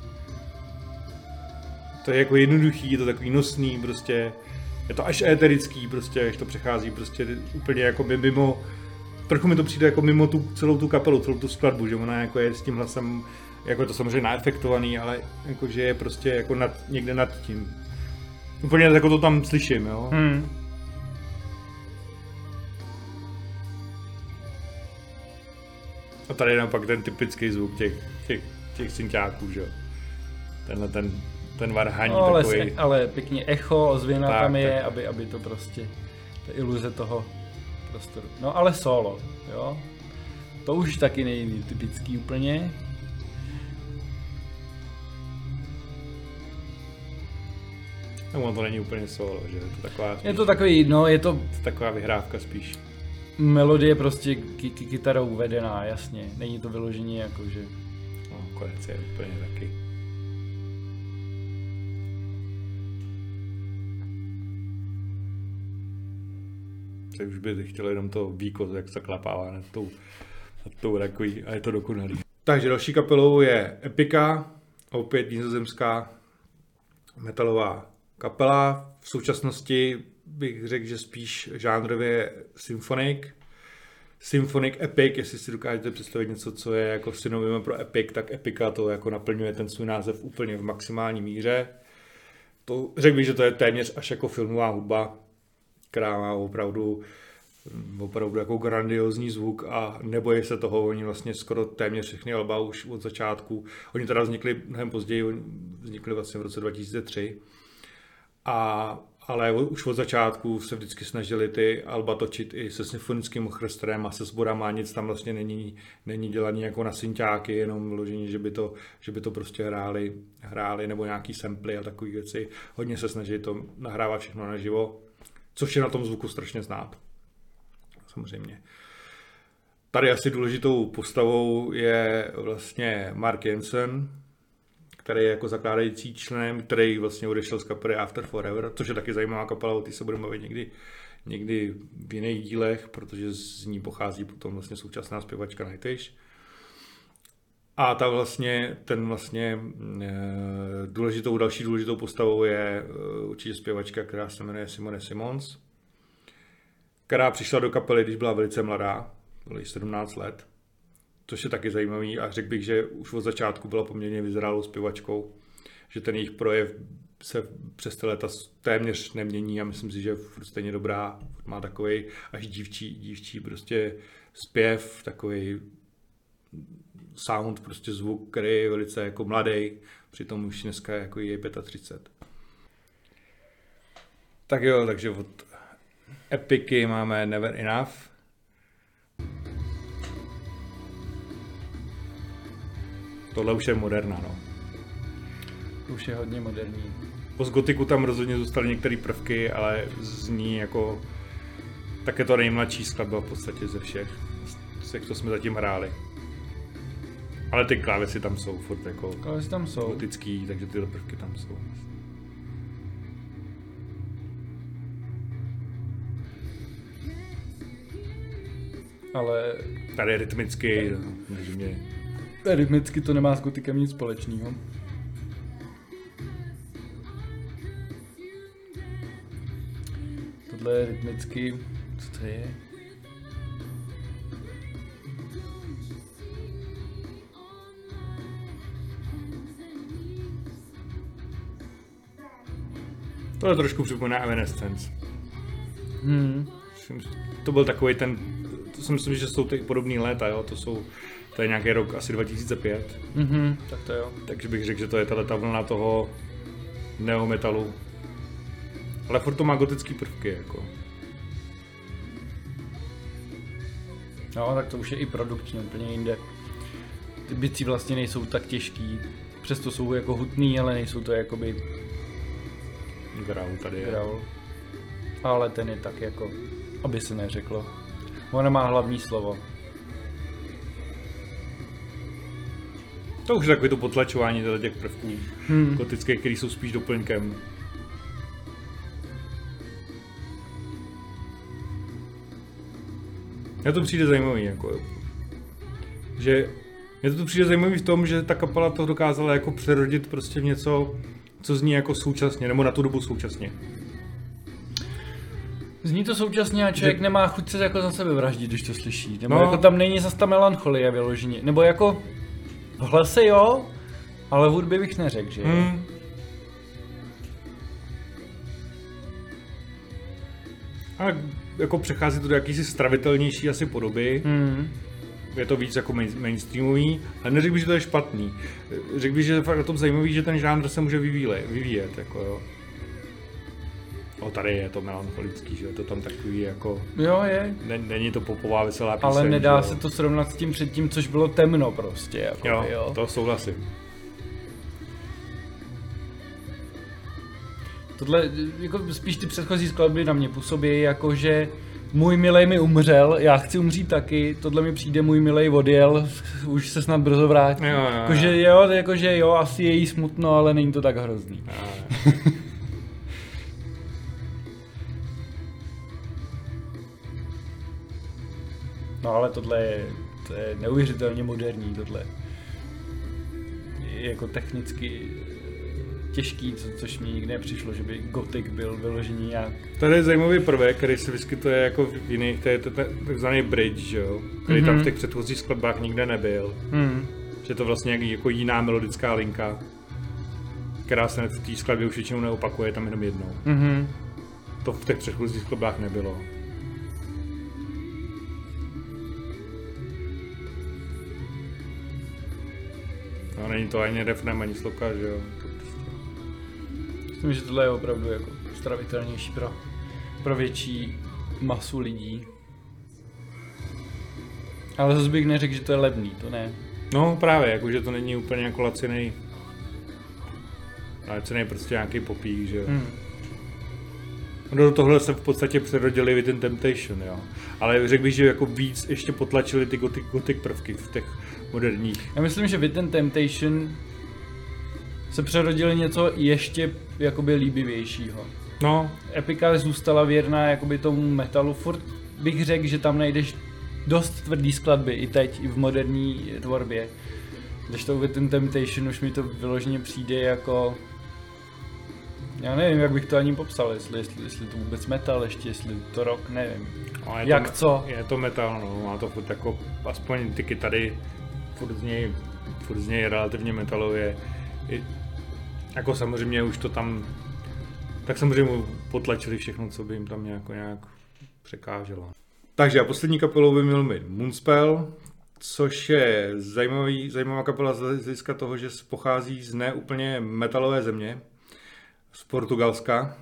To je jako jednoduchý, je to takový nosný, prostě je to až éterický, prostě, až to přechází prostě úplně jako by mimo, trochu mi to přijde jako mimo tu, celou tu kapelu, celou tu skladbu, že ona jako je s tím hlasem, jako je to samozřejmě naefektovaný, ale jako že je prostě jako nad, někde nad tím. Úplně jako to tam slyším, jo. Hmm. A tady je naopak ten typický zvuk těch, těch, těch synťáků, že jo. Tenhle ten ten varhaní no, ale, takový. Ale pěkně echo, ozvěna tak, tam je, aby, aby to prostě, ta iluze toho prostoru. No ale solo, jo. To už taky není typický úplně. No to není úplně solo, že je to taková spíš, je to takový, no je to taková vyhrávka spíš. Melodie prostě ky- ky- kytarou vedená, jasně. Není to vyložení jako, že... No, konec je úplně taky. Teď už by chtěl jenom to výkot, jak se klapává nad tou, nad tou rakují a je to dokonalý. Takže další kapelou je Epica, opět nizozemská metalová kapela. V současnosti bych řekl, že spíš žánrově symphonic. Symphonic Epic, jestli si dokážete představit něco, co je jako synonymem pro Epic, tak Epica to jako naplňuje ten svůj název úplně v maximální míře. To, řekl bych, že to je téměř až jako filmová hudba, která má opravdu, opravdu jako grandiozní zvuk a nebojí se toho, oni vlastně skoro téměř všechny alba už od začátku, oni teda vznikli mnohem později, vznikli vlastně v roce dva tisíce tři, a, ale už od začátku se vždycky snažili ty alba točit i se symfonickým orchestrem a se sborama, nic tam vlastně není, není dělaný jako na synťáky, jenom vložení, že by to, že by to prostě hráli, hráli nebo nějaký samply a takové věci. Hodně se snaží to nahrávat všechno naživo, což je na tom zvuku strašně znát. Samozřejmě. Tady asi důležitou postavou je vlastně Mark Jansen, který je jako zakládající členem, který vlastně odešel z kapely After Forever, což je taky zajímavá kapela, o té se budeme bavit někdy, někdy v jiných dílech, protože z ní pochází potom vlastně současná zpěvačka Nightwish. A ta vlastně, ten vlastně důležitou, další důležitou postavou je určitě zpěvačka, která se jmenuje Simone Simons, která přišla do kapely, když byla velice mladá, bylo jí sedmnáct let, což je taky zajímavý a řekl bych, že už od začátku byla poměrně vyzrálou zpěvačkou, že ten jejich projev se přes ty léta téměř nemění a myslím si, že je stejně dobrá, má takový až dívčí, dívčí prostě zpěv, takový sound, prostě zvuk, který je velice jako mladý, přitom už dneska jako je třicet pět. Tak jo, takže od Epiky máme Never Enough. Tohle už je moderna, no. Už je hodně moderní. Po Gotiku tam rozhodně zůstaly některé prvky, ale zní jako... Tak je to nejmladší skladba v podstatě ze všech. Z těch, co jsme zatím hráli. Ale ty klávesy tam jsou furt jako... Klávesy tam jsou. Gotický, takže tyhle prvky tam jsou. Ale... Tady je rytmický, takže mě... Rytmicky to nemá s gotikem nic společného. Tohle je rytmicky... Co to je? Tohle trošku připomíná Evanescence. Hmm. To byl takový ten... To si myslím, že jsou ty podobný léta, jo? To jsou... To je nějaký rok asi dva tisíce pět. Mhm, tak to jo. Takže bych řekl, že to je ta vlna toho neometalu. Ale furt to má gotický prvky, jako. No, tak to už je i produkčně úplně jinde. Ty bicí vlastně nejsou tak těžký. Přesto jsou jako hutný, ale nejsou to jakoby... Graul tady je. Graul. Ale ten je tak jako, aby se neřeklo. Ona má hlavní slovo. To už je takový to potlačování těch prvků hmm. gotických, který jsou spíš doplňkem. Mně to přijde zajímavý, jako, že mně to přijde zajímavý v tom, že ta kapela to dokázala jako přerodit prostě v něco, co zní jako současně, nebo na tu dobu současně. Zní to současně a člověk že... nemá chuť se jako za sebe vraždit, když to slyší. Nebo no. jako tam není zase ta melancholie vyloženě. Nebo jako v hlase jo, ale v hudbě bych neřekl, že hmm. A jako přechází to do jakýsi stravitelnější asi podoby. Hmm. Je to víc jako main, mainstreamový, ale neřekl bych, že to je špatný. Řekl bych, že je fakt na tom zajímavý, že ten žánr se může vyvíjet, vyvíjet jako jo. O, tady je to melancholický, že je to tam takový jako... Jo, je. Není to popová veselá píseň. Ale nedá že, se to srovnat s tím předtím, což bylo temno prostě, jako jo, jo. To souhlasím. Tohle, jako spíš ty předchozí skladby na mě působí jako, že můj milej mi umřel, já chci umřít taky, tohle mi přijde, můj milej odjel, už se snad brzo vrátí. Jo, jo, jo. Jakože jo, jakože jo, asi je jí smutno, ale není to tak hrozný. Jo, jo. No ale tohle je, to je neuvěřitelně moderní, tohle je jako technicky těžký, co, což mi nikdy nepřišlo, že by gotik byl vyložený nějak. Tady je zajímavý prvek, který se vyskytuje jako v jiných, to je takzvaný bridge, že jo? Který mm-hmm. tam v těch předchozích skladbách nikde nebyl. Mm. Že to vlastně jako jiná melodická linka, která se v té skladbě už většinou neopakuje, tam jenom jednou. Mm-hmm. To v těch předchozích skladbách nebylo. No, není to ani refrém, ani sloka, že jo? Myslím, že tohle je opravdu jako stravitelnější pro, pro větší masu lidí. Ale zase bych neřekl, že to je levný, to ne. No právě, jakože to není úplně jako lacinej, lacinej prostě nějaký popík, že jo? Hmm. No do tohle se v podstatě přerodili Within Temptation, jo. Ale řekl bych, že jako víc ještě potlačili ty gothic, gothic prvky v těch moderních. Já myslím, že Within Temptation se přerodili něco ještě jakoby líbivějšího. No. Epica zůstala věrná jakoby tomu metalu. Furt bych řekl, že tam najdeš dost tvrdý skladby i teď, i v moderní tvorbě. Když to Within Temptation už mi to vyloženě přijde jako... Já nevím, jak bych to ani popsal, jestli, jestli, jestli to vůbec metal, ještě jestli to rock, nevím. No, je jak to, co? Je to metal, no, má to furt jako, aspoň ty kytary, furt z něj, furt z něj relativně metalově. I, jako samozřejmě už to tam, tak samozřejmě potlačili všechno, co by jim tam nějak, nějak překáželo. Takže a poslední kapelou by měl být Moonspell, což je zajímavý, zajímavá kapela z hlediska toho, že pochází z ne úplně metalové země, z Portugalska.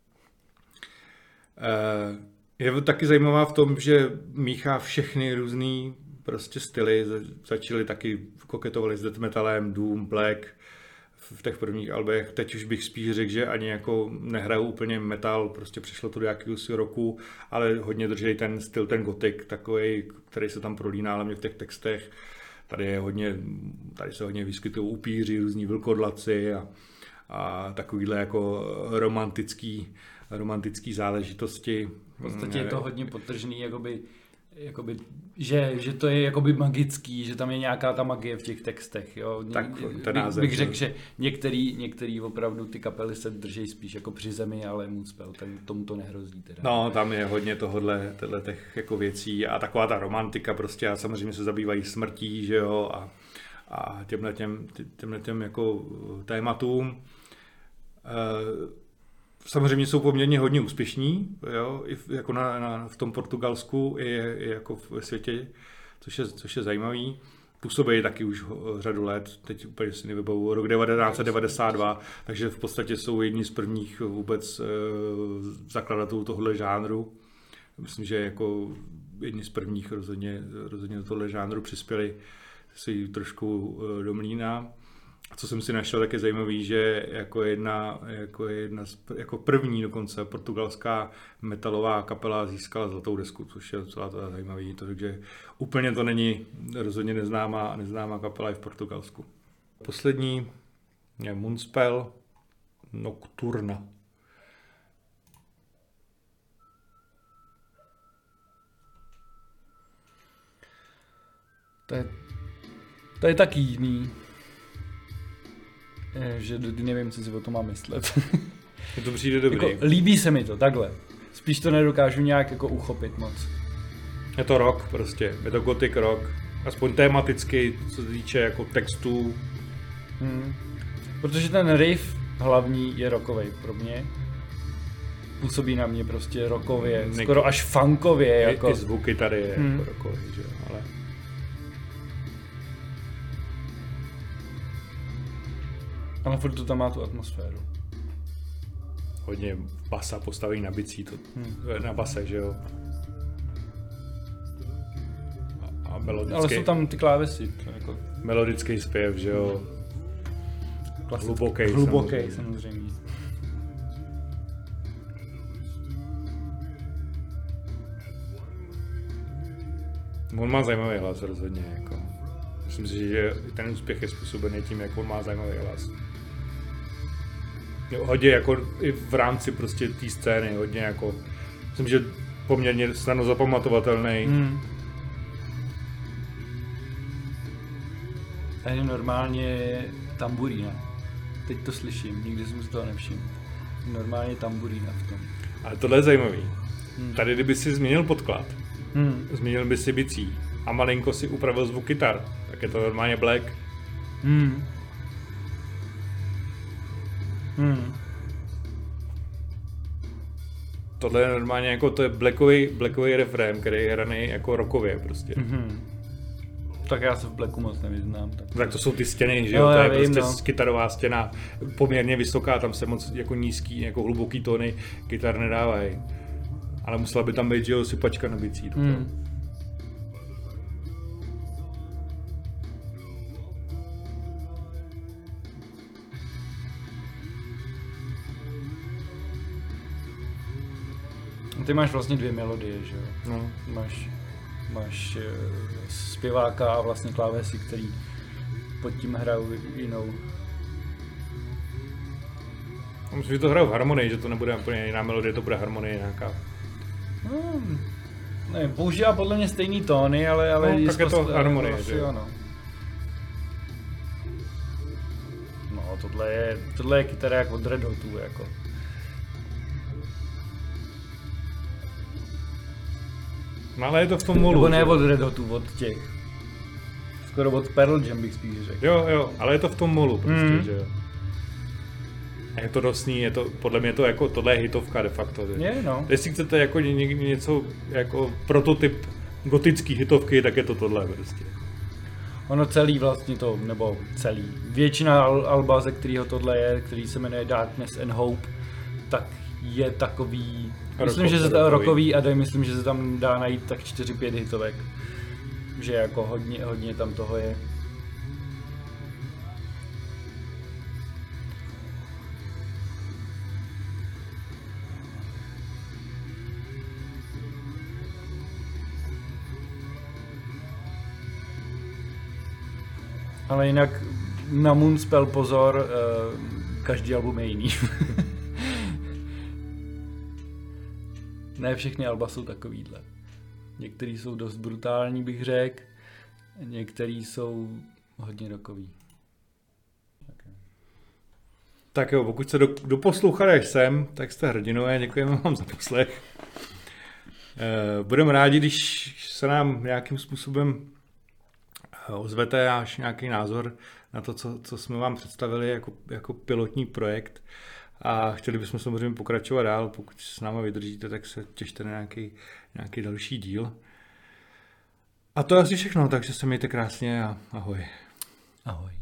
Je taky zajímavá v tom, že míchá všechny různý prostě styly. Začali taky, koketovali s death metalem, doom, black v těch prvních albech. Teď už bych spíš řekl, že ani jako nehrajou úplně metal, prostě přišlo to do jakýhosi roku, ale hodně drží ten styl, ten gothic, takový, který se tam prolíná hlavně v těch textech. Tady je hodně, tady se hodně vyskytují upíři, různí vlkodlaci a a takovýhle jako romantický, romantický záležitosti. V podstatě je to hodně podtržený, jakoby, jakoby, že, že to je jakoby magický, že tam je nějaká ta magie v těch textech. Jo? Tak bych, název, bych řekl, že některý, některý opravdu ty kapely se drží spíš jako při zemi, ale Moonspell, ten tomu to nehrozí. Teda. No, tam je hodně tohohle, těch jako věcí a taková ta romantika prostě a samozřejmě se zabývají smrtí, že jo, a, a těmhle těm, těmhle těm jako tématům. Samozřejmě jsou poměrně hodně úspěšní, jo, i v, jako na, na, v tom Portugalsku i, i jako ve světě, což je, což je zajímavý. Působí taky už řadu let, teď úplně si nevybavu, rok devatenáct set devadesát dva, takže v podstatě jsou jedni z prvních vůbec eh, zakladatelů tohohle žánru. Myslím, že jako jedni z prvních rozhodně, rozhodně do tohohle žánru přispěli si trošku eh, do mlýna. A co jsem si našel, tak je zajímavý, že jako jedna, jako jedna jako první dokonce portugalská metalová kapela získala zlatou desku, což je docela to zajímavý, takže úplně to není rozhodně neznámá, neznámá kapela i v Portugalsku. Poslední je Moonspell Nocturna. To je, to je taky jiný. Že nevím, co si o tom mám myslet. To přijde dobrý. Jako, líbí se mi to, takhle. Spíš to nedokážu nějak jako uchopit moc. Je to rock prostě, je to gothic rock. Aspoň tematicky, co se týče jako textů. Hmm. Protože ten riff hlavní je rockovej pro mě. Působí na mě prostě rockově, Nik- skoro až funkově. Jako. I, i zvuky tady je hmm. jako rockový, že jo, ale... Ale furt to tam má tu atmosféru. Hodně basa postaví na bicí, to, hmm. na base, že jo. A, a melodický... Ale jsou tam ty klávesy. Jako... Melodický zpěv, že jo. Klasický. Hluboký, Hluboký samozřejmě. samozřejmě. On má zajímavý hlas rozhodně, jako. Myslím si, že ten úspěch je způsobený tím, jak on má zajímavý hlas. Hodně jako i v rámci prostě té scény, hodně jako, myslím, že poměrně snadno zapamatovatelný. Hmm. A je normálně tamburína. Teď to slyším, nikdy jsem si toho nevšiml. Normálně tamburína v tom. Ale tohle je zajímavý. Hmm. Tady, kdyby si změnil podklad, hmm. změnil by si bicí a malinko si upravil zvuk kytar, tak je to normálně black. Hmm. Hmm. Tohle je normálně jako, to je blackový, blackový refrén, který je hraný jako rockově prostě. Mm-hmm. Tak já se v blacku moc nevyznám. Tak, tak to jsou ty stěny, že jo, no, to je vím, prostě no. kytarová stěna, poměrně vysoká, tam se moc jako nízký, jako hluboký tóny kytar nedávají. Ale musela by tam být, že jo, sypačka na bicí. Mm. Ty máš vlastně dvě melodie, že jo? No. Máš, máš uh, zpěváka a vlastně klávesy, který pod tím hrajou jinou. A myslím, že to hrajou v harmonii, že to nebude úplně jiná melodie, to bude harmonie nějaká. Hmm. Ne, používá podle mě stejný tóny, ale... ale no, tak je to harmonie, že jo? No. no, tohle je, tohle je kytara jak od Red Hotu, jako. No ale je to v tom molu. Nebo ne od Red Hotu, od těch. Skoro od Pearl Jam bych spíš řekl. Jo, jo, ale je to v tom molu prostě, mm. že jo. Je to dosný, je to, podle mě to jako, tohle je hitovka de facto. Že? Je, no. Jestli chcete jako ně, něco, jako prototyp gotický hitovky, tak je to tohle prostě. Ono celý vlastně to, nebo celý. Většina al- alba, ze kterého tohle je, který se jmenuje Darkness and Hope, tak je takový, Roko, myslím, že se tam rokový a dej, myslím, že se tam dá najít tak čtyři pět hitovek. Že jako hodně, hodně tam toho je. Ale jinak na Moonspell pozor, každý album je jiný. Ne všechny alba jsou takovýhle. Některý jsou dost brutální, bych řekl. Některý jsou hodně rockový. Okay. Tak jo, pokud se do, doposlouchali až sem, tak jste hrdinové, děkujeme vám za poslech. E, budeme rádi, když se nám nějakým způsobem ozvete až nějaký názor na to, co, co jsme vám představili jako, jako pilotní projekt a chtěli bychom samozřejmě pokračovat dál, pokud s námi vydržíte, tak se těšte na nějaký, nějaký další díl. A to je asi všechno, takže se mějte krásně a ahoj. Ahoj.